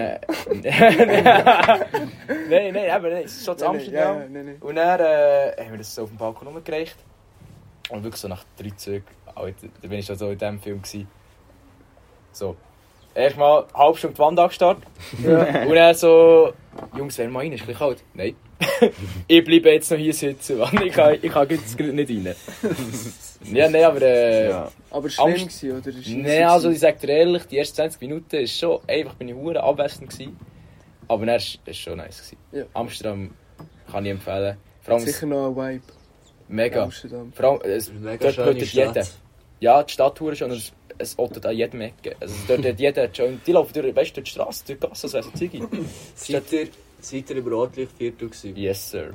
nein, aber es ist schon zu Amsterdam. Nein. Und dann haben wir das so auf dem Balkon rumgereicht. Und wirklich so nach 3 Zügen, Alter, da bin ich schon so in diesem Film gewesen. So, erstmal eine halbe Stunde die Wand angestarrt. Und dann so, Jungs, wer mal rein, ist gleich kalt. Nein. Ich bleibe jetzt noch hier sitzen, Mann. Ich kann jetzt gerade nicht rein. Ja, nein, aber Ja. Aber schlimm Angst- gewesen, oder? Ist nein, also ich sag dir ehrlich, die ersten 20 Minuten ist schon, einfach bin ich hure abwesend gewesen. Aber dann ist es schon nice gewesen. Ja. Amsterdam kann ich empfehlen. Vor allem sicher noch ein Vibe. mega. Amsterdam. Vor allem, es, Mega dort schöne hört jeder. Stadt. Ja, die Stadt hure schon, und es ottet an jedem Ecke. Also dort hat jeder schon, die laufen durch, weißt, durch die Straße, durch die Gasse, also so Ziggy. Seid ihr im Rotlichtviertel gewesen? Yes, sir.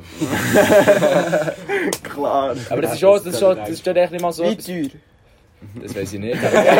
Klar. Aber das ist dort echt nicht mal so Wie etwas. teuer? Das weiß ich nicht.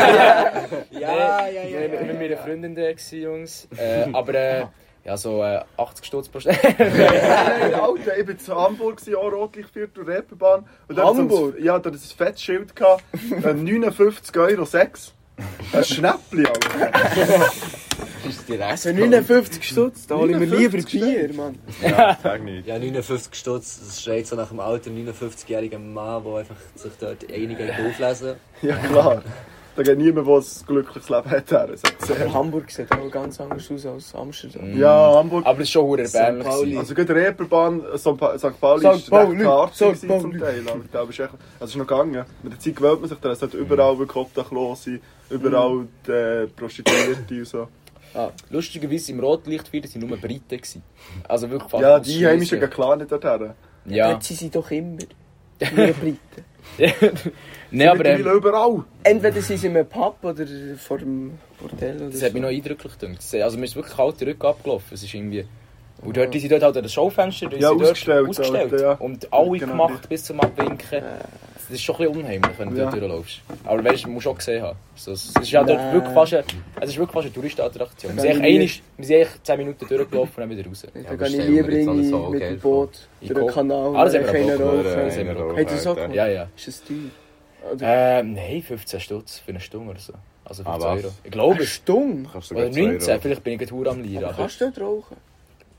Ja. Ich war mit meiner Freundin da, Jungs. Aber ja, so 80 Stutz pro Stunde. Hey, Alter, ich war zu Hamburg, auch Rotlichtviertel, Reeperbahn. Und dort Hamburg? Ja, da hat ein fettes Schild gehabt. 59,06 €. Ein Schnäppli, Alter. Das ist direkt. Also 59 Stutz, da hole ich mir lieber 59 Bier, Mann. Ja, sag nicht. Ja, 59 Stutz, das schreit so nach einem alten 59-jährigen Mann, der einfach sich dort einige auflesen. Ja, klar. Da geht niemand, der ein glückliches Leben hat. Das hat gesehen. Hamburg sieht auch ganz anders aus als Amsterdam. Ja, Hamburg. Aber das ist schon hure erbärmlich. St. Pauli. gewesen. Also gerade Reeperbahn, St. Pauli St. ist Pauli, recht hart St. gewesen zum Pauli. Teil. Aber da ist echt, also es ist noch gegangen. Mit der Zeit gewöhnt man sich daran. Es hat überall wirklich Obdachlose, überall die Prostituierte und so. Lustigerweise im Rotlichtviertel waren nur Briten. Gewesen. Also wirklich fast Ja, die Heimischen ausschliessen. gehen klar nicht dorthin. Ja. Dort sind sie doch immer. Die Briten. Nein, aber Mittlerweile überall. Entweder sind sie in einem Pub oder vor dem Bordell oder das so. hat mich noch eindrücklich gedacht. Also mir ist wirklich kalt die Rücken abgelaufen. Es ist irgendwie... Und dort, die sind dort halt an den Schaufenstern, die Ja, sind dort ausgestellt, ausgestellt. Alter, ja. Und alle Genau, gemacht ja. bis zum Abwinken. Das ist schon ein bisschen unheimlich, wenn du Ja. dort durchläufst. Aber weißt du, man muss schon gesehen haben. So, es ist ja dort Nein. wirklich fast eine Touristenattraktion. Wir sind Da eigentlich gehe ich einmal- wir sind eigentlich 10 Minuten durchgelaufen und dann wieder raus. Da Ja, gehe aber ich stellen lieber wir jetzt alles irgendwie so mit Geld dem Boot Ich durch den guck. Kanal. Ah, das haben wir keiner auch Oder, rauchen. Das haben wir auch. Habt ihr das auch gemacht? Ja, ja. Ist das teuer? Oder Nein, 15 Stutz für eine Stunde oder so. Also 15 Ah, was? Euro. Ich glaube eine es. Stunde? Kannst du Oder sogar 19, vielleicht bin ich gerade am Lieren. Aber kannst du dort rauchen?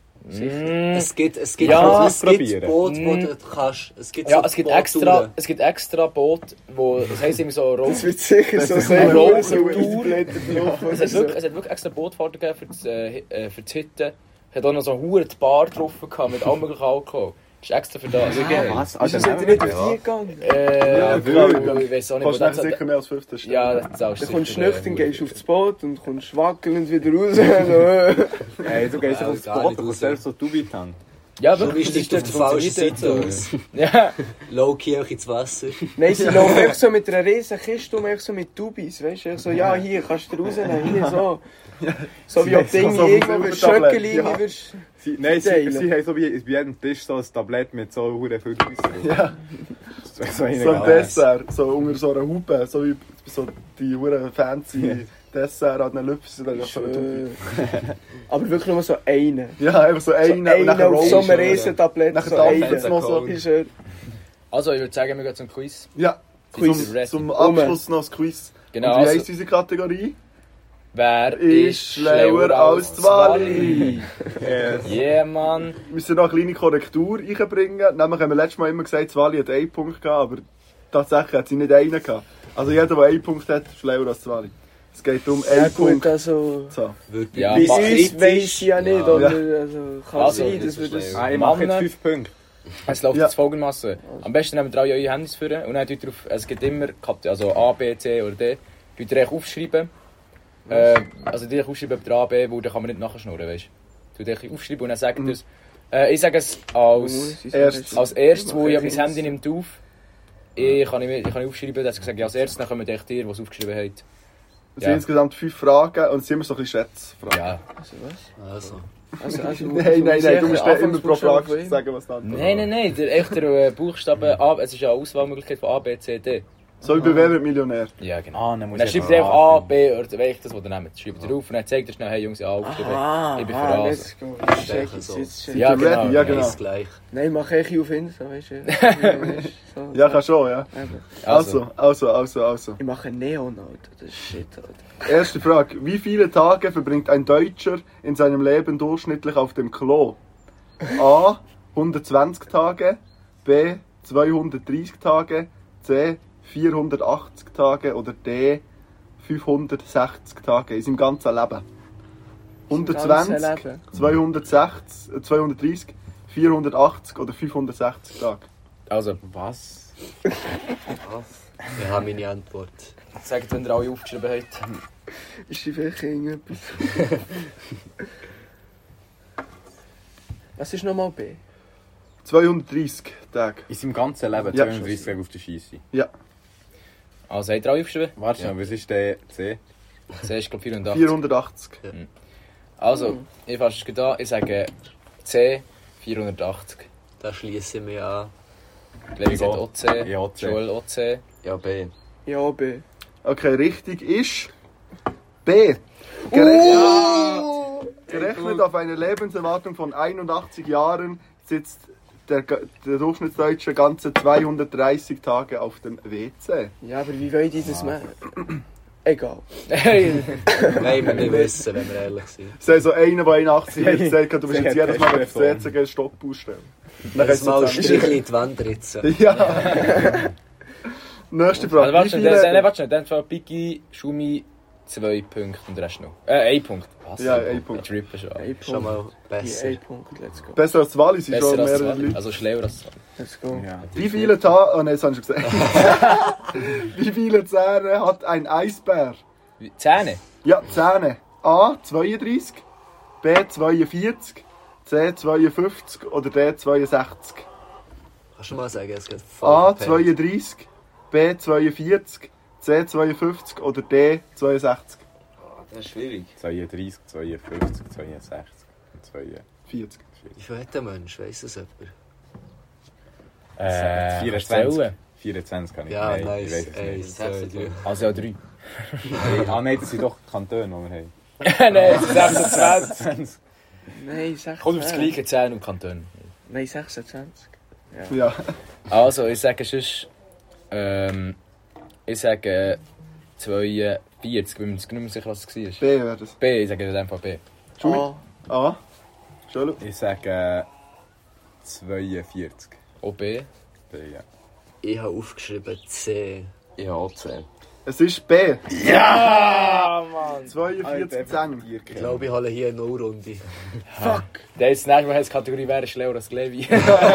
Es gibt Ja, es gibt probieren. Boote, wo du kannst. Es gibt Ja, so es gibt extra Boote, wo, das heisst immer so Rauch. Das wird sicher so ist sein, eine wo Rolltour. so Eisblätter drauf Es oder hat so. wirklich extra Bootfahrten gegeben für die Hütte. Es hat auch noch so eine hure Bar drauf gehabt mit allem möglichen Alkohol. Das ist extra für das. Was? Wieso seid ihr nicht auf die gegangen? Ja, Ich weiß auch nicht, wo Kannst das du sicher mehr als 15 Stunden. Ja, das zahlst Dann du kommst du sicher, nüchtern, gehst aufs Boot und kommst wackelnd wieder raus. So. Hey, du gehst Ja, aufs gar Boot nicht und raus. selbst so Dubitan. Ja, Du wirklich. bist nicht auf der falschen Seite aus. Ja. Low-key auch ins Wasser. Nein, sie laufen echt so mit einer riesen Kiste um, echt so mit Tubis, weißt du? Echt so, ja, hier kannst du rausnehmen, hier so. So wie ob Sie du haben irgendwie so irgendwo mit Silbertablett, Schöckeli ja. wirst. Nein, Teilen. sie haben so wie bei jedem Tisch so ein Tablett mit so hure viel Grüß. Ja. So So ein Dessert, so unter so einer Hupe, so wie so die hure fancy Dessert an den Lüpsen. Aber wirklich nur so einen. Ja, einfach so So einen einen nachher auf so rollst einem du. riesen Tablett. Nachher So dampft einen. es noch so. Ich schwöre. Also, ich würde sagen, wir gehen zum Quiz. Ja, Quiz. zum Abschluss noch das Quiz. Genau. Und wie Also, heisst unsere Kategorie? Wer ist schlauer als Wally? Yes. Yeah, Mann. Wir müssen noch eine kleine Korrektur reinbringen. Nämlich haben wir letztes Mal immer gesagt, Wally hat 1 Punkt gehabt, aber tatsächlich hat sie nicht einen gehabt. Also jeder, der 1 Punkt hat, ist schlauer als Wally. Es geht um 1 Punkt. Also... So. Ja, Bei mach uns weiss ich ja nicht, Ja. oder? Also, kann Also, sein, dass wir das... Ich mache jetzt Männer. 5 Punkte. Es läuft Ja. jetzt folgendermaßen. Am besten nehmt ihr alle eure Handys vor und dann tut ihr auf, es gibt immer also A, B, C oder D. Tut ihr euch aufschreiben. Also die aufschreiben, ob der A, B, wo dann kann man nicht nachschnurren, weißt du. Tut euch aufschreiben und dann sagt ihr es. Ich sage es als erstes, wo ich mein Handy nimmt auf. Ich kann aufschreiben, dass ich sage, als erstes, dann kommen die dir, was aufgeschrieben hat. Es sind insgesamt 5 Fragen und es sind immer so ein bisschen Schätzfragen. Ja. Also was? Also. Nein, du musst immer pro Frage sagen, was dann Nein, der Buchstabe A, es ist ja eine Auswahlmöglichkeit von A, B, C, D. So wie bei Wer wird Millionär? Ja, genau. Ah, dann muss Dann ich schreibt einfach ihr einfach A, finden. B oder welches, das ihr nehmt. Schreibt ihr auf und dann zeigt ihr schnell, hey Jungs, ich habe A aufgeschrieben. Ich bin für A. let's go. Check it, so. jetzt check. Ja, Ready? genau. Ja, genau. Ist gleich. Nein, mach ich auf Insta, weißt du? So. Ja, kann schon, ja. Eben. Also. Ich mache Neon, Alter. Das ist shit, Alter. Erste Frage. Wie viele Tage verbringt ein Deutscher in seinem Leben durchschnittlich auf dem Klo? A. 120 Tage. B. 230 Tage. C. 480 Tage. Oder D. 560 Tage in seinem ganzen Leben. 120, 260, 230, 480 oder 560 Tage. Also, Was? Ich habe meine Antwort. sagt, wenn ihr alle aufgeschrieben habt. Ist die vielleicht irgendetwas? Was ist nochmal B? 230 Tage. In seinem ganzen Leben Ja. 32 Tage auf der Scheisse. Also, habt ihr alle aufgeschrieben? Warte schnell, was ist der C? C ist, glaube ich, 84. 480. Also, ich fasse es da. Ich sage C, 480. Da schließe ich mich an. Levi sagt auch C. Ja, C. Joel auch C. Ja, B. Ja, B. Okay, richtig ist B. Gerechnet auf eine Lebenserwartung von 81 Jahren sitzt der Durchschnittsdeutsche ganze 230 Tage auf dem WC. Ja, aber wie wollt ihr das machen? Egal. Nein, wir nicht wissen, wenn wir ehrlich sind. Es ist so einer, der 81 wird, sagt, du bist jetzt jedes Mal auf das WC gehen, Stopp ausstellen. Dann Jetzt mal ein kannst du Strichchen in die Wand ritzen. Ja. Nächste Also, Frage. warte Wie schnell, dann zwar Piki, Schumi, 2 Punkte und der Rest noch. 1 Punkt. Was? Ja, 1 Punkt. Ich trippe schon. Ein Schon mal Die besser. 1 Punkt, let's go. Besser als Wally sind Besser schon als mehrere 20. Leute. Also schlauer als 20. Let's go. Ja. Wie viele Tage... Oh nein, das habe ich schon gesagt. Wie viele Zähne hat ein Eisbär? Zähne? Ja, Zähne. A. 32, B. 42, C. 52 oder D. 62. Kannst du mal sagen, es geht voll A. verpennt. 32, B. 42, C. 52 oder D. 62. Das ist schwierig. 32, 52, 62 und 42. 40. Wie viel hat der Mensch? Weiss es jemand? 24. 24 kann ich. Ja, Nein, ich nice. weiss es nicht. 1, 2, 3. Also ja 3. Nein, das sind doch Kantone, die wir haben. Nein, es ist 26. Nein, 16. Kommt auf das gleiche Zähne und Kanton. Nein, 26. Ja. Also, ich sage sonst... ich sage 42, weil man es nicht mehr sicher, was es war. B wäre das. B, ich sage einfach B. A. A. Schön. Ich sage 42. Auch B. B, ja. Ich habe aufgeschrieben C. Ich habe auch 10. Es ist B. Ja, Mann! 42 Zähne. Ich glaube, ich hole hier eine Nullrunde. Der ist nächste Mal Kategorie wäre schlauer als Levi.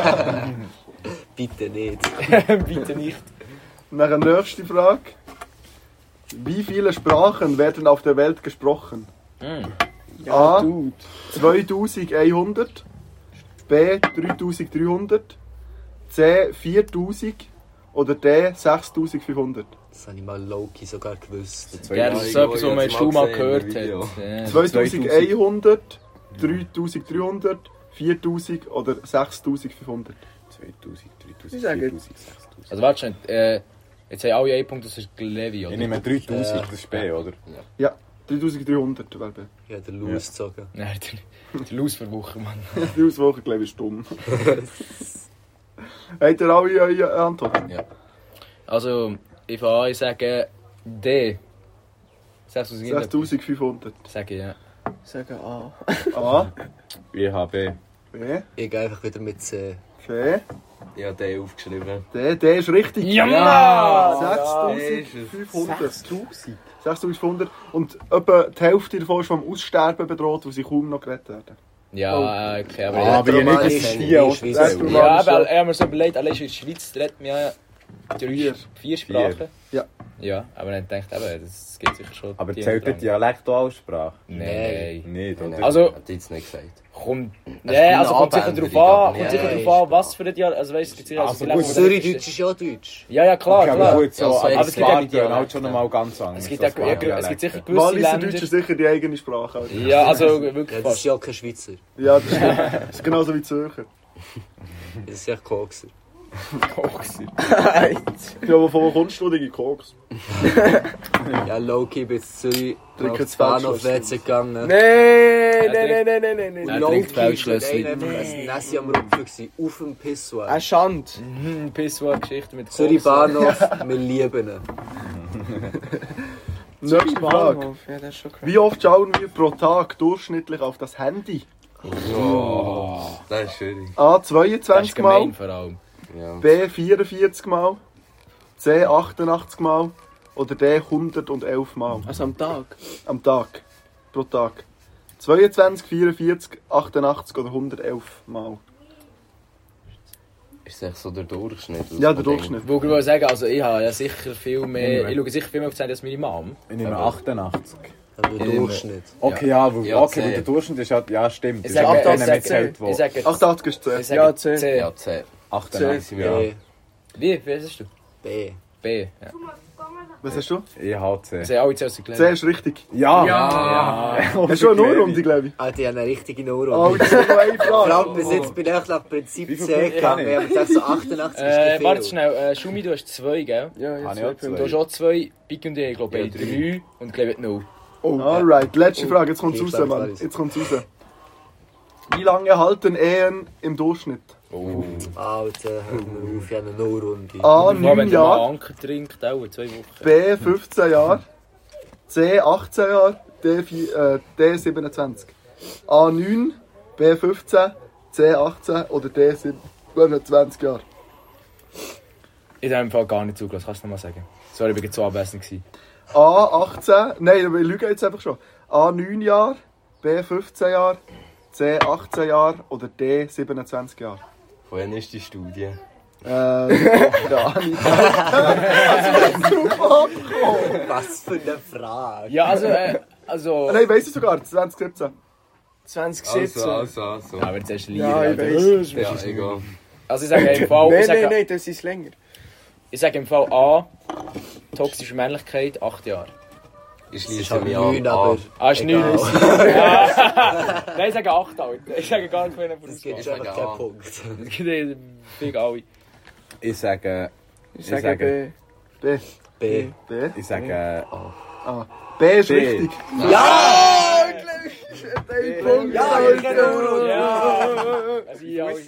Bitte nicht. Bitte nicht. Nach der nächsten Frage. Wie viele Sprachen werden auf der Welt gesprochen? Ja, A. Dude. 2100, B. 3300, C. 4000 oder D. 6500. Das habe ich mal Loki sogar gewusst. Ja, das ist so etwas, was man schon mal gehört hat. Ja. 2100, 3300, 4000 oder 6500. 2000, Ich 3000, sage- 4000, 6000. Also warte schnell, jetzt haben alle 1 Punkt, das ist Levi, oder? Ich nehme 3000, das ist B, oder? Ja, 3300 wäre B. Ich habe den Louis gezogen. Nein, der Laus für Woche, Mann. Die Auswoche, glaube ich, ist dumm. Habt ihr alle eure Antworten? Also, ich fange an, ich sage D. 6500. Sag ich, ja. Sagen A. A. Ich habe B. Ich gehe einfach wieder mit C. C. Ich habe den aufgeschrieben. D ist richtig. Ja! 6500. 6500. Und etwa die Hälfte davon ist vom Aussterben bedroht, weil sie kaum noch gerettet werden. Ja, okay, aber... aber ich nicht Ich die kenne auch. die Das Schweizer. Ja, aber ich habe mir so überlegt, allein schon in der Schweiz redet man ja vier Sprachen. Ja. Ja, aber dann denkt eben, das geht sicher schon. Aber die zählt die dran. Dialektalsprache? Nein. Nicht, oder? Also- Hat jetzt nicht gesagt. Kommt... Das ist Ja, also eine kommt sicher Abänderung, drauf an, aber kommt sicher ja, drauf an, was für ein Dialekt... Also weißt du, es gibt sicher... Also Dialekt, gut, wo der- Zürich-Deutsch ist ja Deutsch. Ja, klar, Okay, aber klar. gut, so, Ja, so aber es es gibt gibt ja halt schon nochmal ganz anders. Es gibt, so es gibt sicher gewisse Walliser Länder... Deutsch ist sicher die eigene Sprache. Also. Ja, also Ja, wirklich das ist fast. ja kein Schweizer. Ja, das stimmt. Das ist genauso wie Zürcher. Das ist ja Kokser. Ja, aber von wo kommst du, Digi? Koks? Ja, Low-Key bin ich in Zürich Trinken auf das das Bahnhof Feldschlösschen. WC gegangen. Nein. Ja, Low-Key trinkt war Feldschlösschen. einer einfach ein Nassi am Rupfen gewesen, auf dem Pissoir. Eine Schande. Pissoir-Geschichte mit Zürich Koks. Bahnhof, wir lieben ihn. Nächste Frage. Bahnhof. Ja, das ist schon krass. Wie oft schauen wir pro Tag durchschnittlich auf das Handy? Oh, das ist schwierig. A. Das ist 22 Mal. gemein vor allem. Ja. B. 44 Mal. C. 88 Mal. Oder D. 111 Mal. Also am Tag. Am Tag. Pro Tag. 22, 44, 88 oder 111 Mal. Ist das echt so der Durchschnitt? Ja, der Durchschnitt. Wo ich sagen, also ich habe ja sicher viel mehr... Ich schaue sicher viel mehr auf die Handy als meine Mom. Ich nehme 88. Aber der Durchschnitt. Okay, ja, weil, Ja, okay, 10. weil der Durchschnitt ist halt, ja stimmt. Ich Das ist sage, auch ich denen sage, mitgezählt, ich wo sage, 88 ist C. ich sage Ja, C. C. Ja, 10. 88 sind wir. B. Wie hast du? B. B. Ja. Was hast du? Ich habe C. Sie haben alle zuerst C gelernt. ist richtig. Ja! Hast du eine Nullrunde, glaube ich? Alter, ich habe eine richtige Oh, Nullrunde. das ist noch eine Vor allem Frage. bis jetzt bin ich echt nach Prinzip Wie viel C Punkte gegangen. habe Wir haben gedacht, so 88 ist Warte viel. schnell, Schumi, du hast 2, gell? Ja, Habe jetzt ich auch zwei Du Punkte. hast auch 2, Big und ich glaube Ja, 3 und glaube 0. Alright, letzte Frage. Jetzt kommt's Okay, raus, klar, Mann. klar. Jetzt kommt's raus. Wie lange halten Ehen im Durchschnitt? Oh. Alter, hör mir auf, ich habe eine Nullrunde. A. Wenn 9 der mal Jahre. Anker trinkt, auch 2 Wochen. B. 15 Jahre. C. 18 Jahre. D. 27. A. 9. B. 15. C. 18. Oder D. 27 Jahre. Ich habe im Fall gar nicht zugelassen, kannst du noch mal sagen? Sorry, ich war zu abwesend gewesen. A. 18. Nein, wir lügen jetzt einfach schon. A. 9 Jahre. B. 15 Jahre. C. 18 Jahre. Oder D. 27 Jahre. Von wann ist die Studie? Ja, nicht. Was für eine Frage. Ja, also... Nein, weiss ich sogar. 2017. 2017. Also. Ja, aber jetzt erst Ja, Lieder. ich Alter. weiss. Ja, egal. Also ich sage im Fall... Nein, das ist länger. Ich sage im Fall A. Toxische Männlichkeit, 8 Jahre. Ich Es ist schließe halt mich 9, an. aber... Ah, ist 9. egal. Ja. Nein, ich sage 8, Alter. Ich sage gar nicht von ihnen Es gibt Ich schon sage einfach A. keinen Punkt. Es gibt Big alle. Ich sage... Ich sage B. B. B. B. Ich sage... A. B ist B. richtig. Ja! Punkt. Ja, ich kenne Nullrunde. Ja. Also ich alle.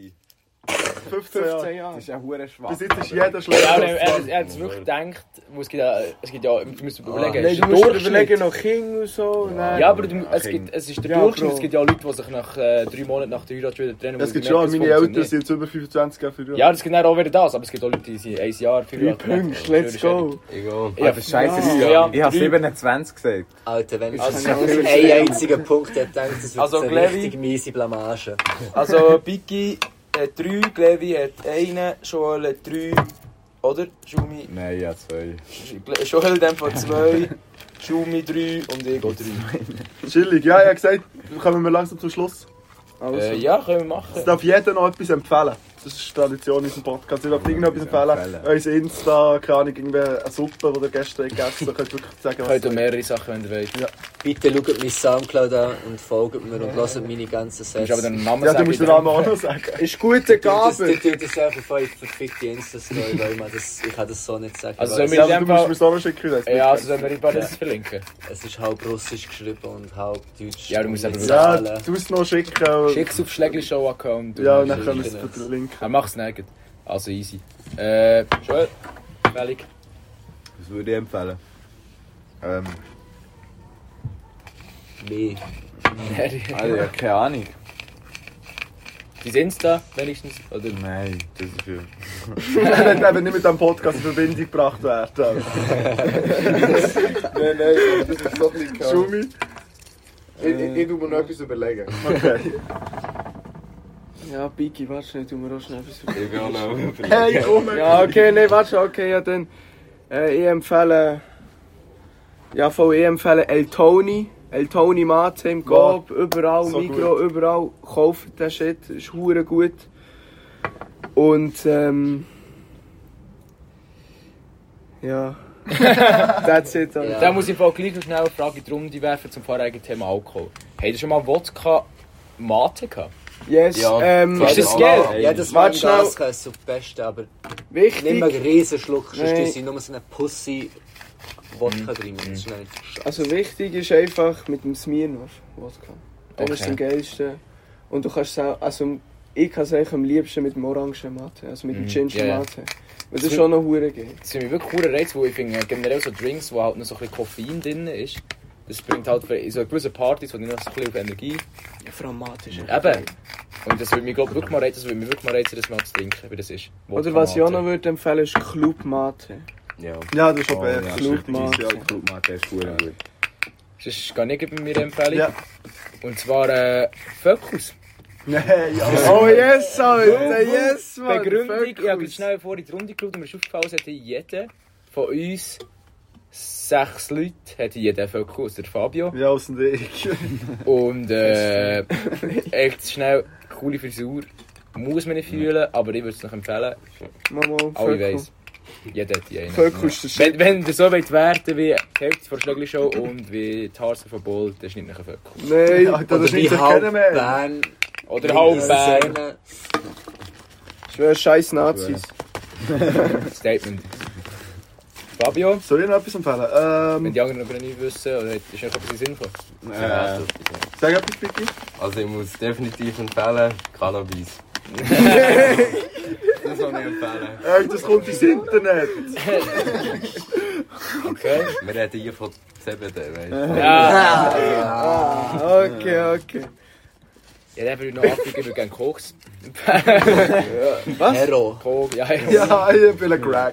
15 Jahre. 15 Jahre. Das ist ja hure schwach. Bis jetzt ist jeder Ja, schlecht. er hat es wirklich gedacht, wo es gibt ja, du musst überlegen, Nein, es ist du der musst dir Durchschnitt. überlegen, noch Kinder und so. Nein. Ja, aber es ist der Ja, Durchschnitt. Bro. Es gibt ja Leute, die sich nach 3 Monaten nach der Heirat schon wieder trennen. Es weil gibt sie schon, merken, meine es Eltern funktioniert. sind jetzt über 25 Jahre für Ja, das gibt dann auch wieder das, aber es gibt auch Leute, die sind 1 Jahr, 5 3 Jahre Punkte, let's go. Egal. Ja, das ist scheiße. Ja. Ich habe 27 gesagt. Alter, wenn Also, ich einen einzigen Punkt hätte, denkt, das wird Also, eine Glevi- richtig miese Blamage. Also, Biki hat 3, Glevi hat 1, Joel hat 3, oder? Schumi. Nein, ja 2. Joel in dem Fall 2, Schumi 3 und ich auch 3. Chillig. Ja, ich habe gesagt, kommen wir langsam zum Schluss. Also. Ja, können wir machen. Es darf jeder noch etwas empfehlen. Das ist Tradition in unserem Podcast. Ich darf irgendetwas empfehlen. Unser Insta, keine Ahnung, irgendwie eine Suppe, die ihr gestern gegessen habt. Ihr könnt wirklich sagen, was Heute mehrere Sachen, wenn ihr wollt. Bitte schaut mein Soundcloud an und folgt mir und hört meine ganzen Du musst aber Sets. den Namen Ja, du sagen. musst den Namen auch noch sagen. Ist gute Das Gabe. ist einfach voll verfickte Insta-Story, weil ich kann das so nicht sagen. Also weil sollen Ja, wir- aber du musst mir so noch schicken. das Ja, also sollen wir ein paar das verlinken? es ist halb russisch geschrieben und halb deutsch. Ja, du musst und aber mit Ja, Zahlen. du musst noch schicken. Schick's auf Schlägli-Show-Account. Ja, und dann schicken können wir es es. verlinken. Er macht's nicht. Also easy. Joel, Felix. Was würde ich empfehlen? Mehr. Also, ja, keine Ahnung. Dein Insta wenigstens? Oder? Nein, das ist ja... Er wird eben nicht mit diesem Podcast in Verbindung gebracht werden. Nein, das ist so ein bisschen Schumi? Ich tu mir noch etwas überlegen. Okay. Ja, Biggie, warte schnell, tu mir auch schnell etwas. Ich bin auch noch überlegen. Hey, komm! Ja, okay, nee, warte, okay, ja dann. Ich empfehle. Ja, ich empfehle El Tony Mate im Coop, überall, so Migros, überall. Kauft den Shit, ist hure gut. Und ja. That's it. Ja. Da muss ich gleich noch schnell eine Frage in die Runde werfen zum vorherigen Thema Alkohol. Habt ihr schon mal Wodka Mate gehabt? Yes, Ja, Ist das Ja, geil? Ja, das war Warte im schnell. Gaska ist so das Beste, aber wichtig. nicht mehr einen Riesenschluck, sonst Nein. ist nur so eine Pussy Wodka drin. Das ist nicht Also wichtig ist einfach mit dem Smirnoff Wodka. Der ist Okay. am geilsten. Und du kannst es auch, also ich kann es eigentlich am liebsten mit dem Orangen Mate, also mit dem Ginger ja, ja. Mate. Weil das ist schon noch hure geil. Das sind mir wirklich coole Reize, wo ich finde, generell so Drinks, wo halt noch so ein bisschen Koffein drin ist. Das bringt halt in so gewissen Partys, wo ich noch so ein bisschen auf Energie. Ja, vor allem Mate ist echt Eben. geil. Und das würde mich glaub, wirklich mal reizen, das mal zu trinken, wie das ist. Oder was ich auch noch würde empfehlen ist Club Mate. Ja. Ja, das ist schon Oh, besser. ja, Club Das ist richtig Mate. easy, Club Mate ist gut. Das ist gar nicht bei mir eine Empfehlung. Ja. Und zwar Fokus. Nein, ja. Oh yes, Alter, yes, man. Begründung, ich habe Fokus. jetzt schnell vor in die Runde geschaut und mir ist aufgefallen, es hätte jeder von uns 6 Leute, hätte jeder Fokus, der Fabio. Ja, aus dem Weg. Und echt schnell, coole Frisur. Muss man nicht fühlen, aber ich würde es noch empfehlen. Mama, Alle weiss, jeder hätte einen. Fokus ist der Shit. Wenn ihr so wollt werden wie die Hälfte von der Schlögli-Show und wie die Harzer von Bolt, dann schneidet nachher Fokus. Nein, Ja, das oder ist nicht wie zu halb erkennen mehr. Bern. Oder halb Bern. Szene. ich schwöre, scheiß Nazis. Statement. Fabio, Soll ich noch etwas empfehlen? wenn die anderen noch nicht wissen, oder ist noch etwas sinnvoll? Sag etwas, Vicky. Also ich muss definitiv empfehlen, Cannabis. Das soll ich empfehlen. Ey, das kommt ins Internet. Okay. Wir reden hier von CBD, weißt du? Ja. Ah, okay. Ja, dann würde ich noch anfügen, ich würde gerne Koks. Was? Hero. Koks, ja, ja. Ja, ich empfehle Crack.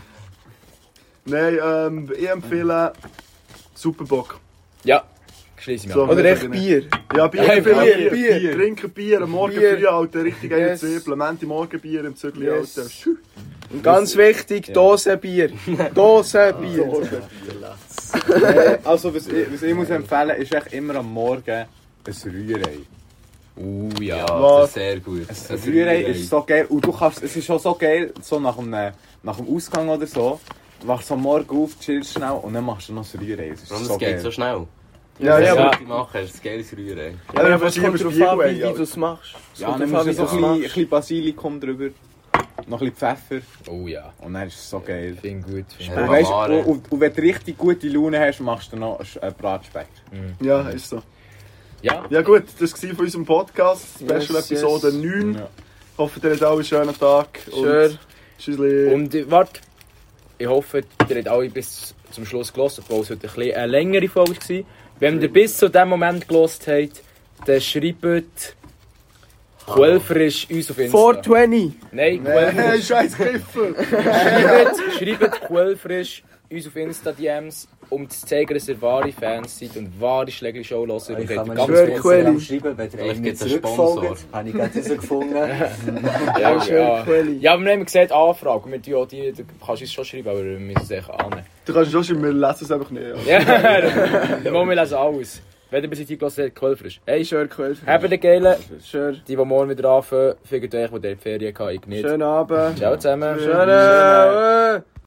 Nein, ich empfehle Superbock. Ja, schließe ich mich So. an. Oder echt Bier. Ja, Bier, Hey, empfehle Bier. Bier. Trinken Bier, am Morgen Bier. früh, Alter, richtig eine Yes. Zwiebeln. Menti Morgenbier im Zügli, Yes. Alter. Und ganz wichtig, Dosenbier. Dosenbier. Also, was ich muss empfehlen, ist echt immer am Morgen ein Rührei. Ja. Ja, Was? das ist sehr gut. Ein Rührei ist so geil. Und du kannst, es ist auch so geil, so nach dem Ausgang oder so. Du wachst am Morgen auf, chillst schnell und dann machst du noch ein Rührei. Das ist Warum, so das geht geil. so schnell. Ja, Ja. ja, aber... Was ich mache, ist ein geiles Rührei. Ja, aber was es kommt lieber darauf an, Spiegelei, wie du es machst. Es Ja, kommt dann drauf musst an, du wie so du ein es bisschen Basilikum drüber, noch ein bisschen Pfeffer Oh ja. und dann ist es so geil. Finde gut. Ja. Und, weißt, Mare. und wenn du richtig gute Laune hast, machst du noch Bratspeck. Ja, ist so. Ja. Ja gut, das war von unserem Podcast, Special Yes, Episode yes. 9. Ja. Ich hoffe, ihr habt alle einen schönen Tag. Schön. Tschüssli. Und warte, ich hoffe, ihr habt alle bis zum Schluss gehört, obwohl es heute ein bisschen eine längere Folge war. Wenn ihr bis zu diesem Moment gehört habt, dann schreibt Quellfrisch uns auf Insta. 420. Nein, Hey, Quellfrisch. scheiß Griffel! Schreibt Quellfrisch uns auf Insta-DMs, um zu zeigen, dass ihr wahre Fans seid und wahre Schlägli-Show hören. Und Ich kann mir ganz schwören, nicht Quelli. Instagram schreiben, wenn ihr Vielleicht einem gibt's nicht einen Sponsor. zurückfolgt. Habe ich gerade herausgefunden. ja, Schön, ja. Quelli. Ja, aber wir haben gesagt, Anfrage. Und ja, du kannst uns schon schreiben, aber wir müssen es echt annehmen. Du kannst schon schreiben, wir lesen es einfach nicht. Ja. Ja, dann machen wir lesen alles. Wenn ihr bis jetzt gehört habt, Quellfrisch. Hey, Schön, Quell. habt ihr geile, Schön. die morgen wieder anfangen, fickt euch, die ihr die Ferien habt, ich nicht. Schönen Abend. Ciao zusammen. Schönen.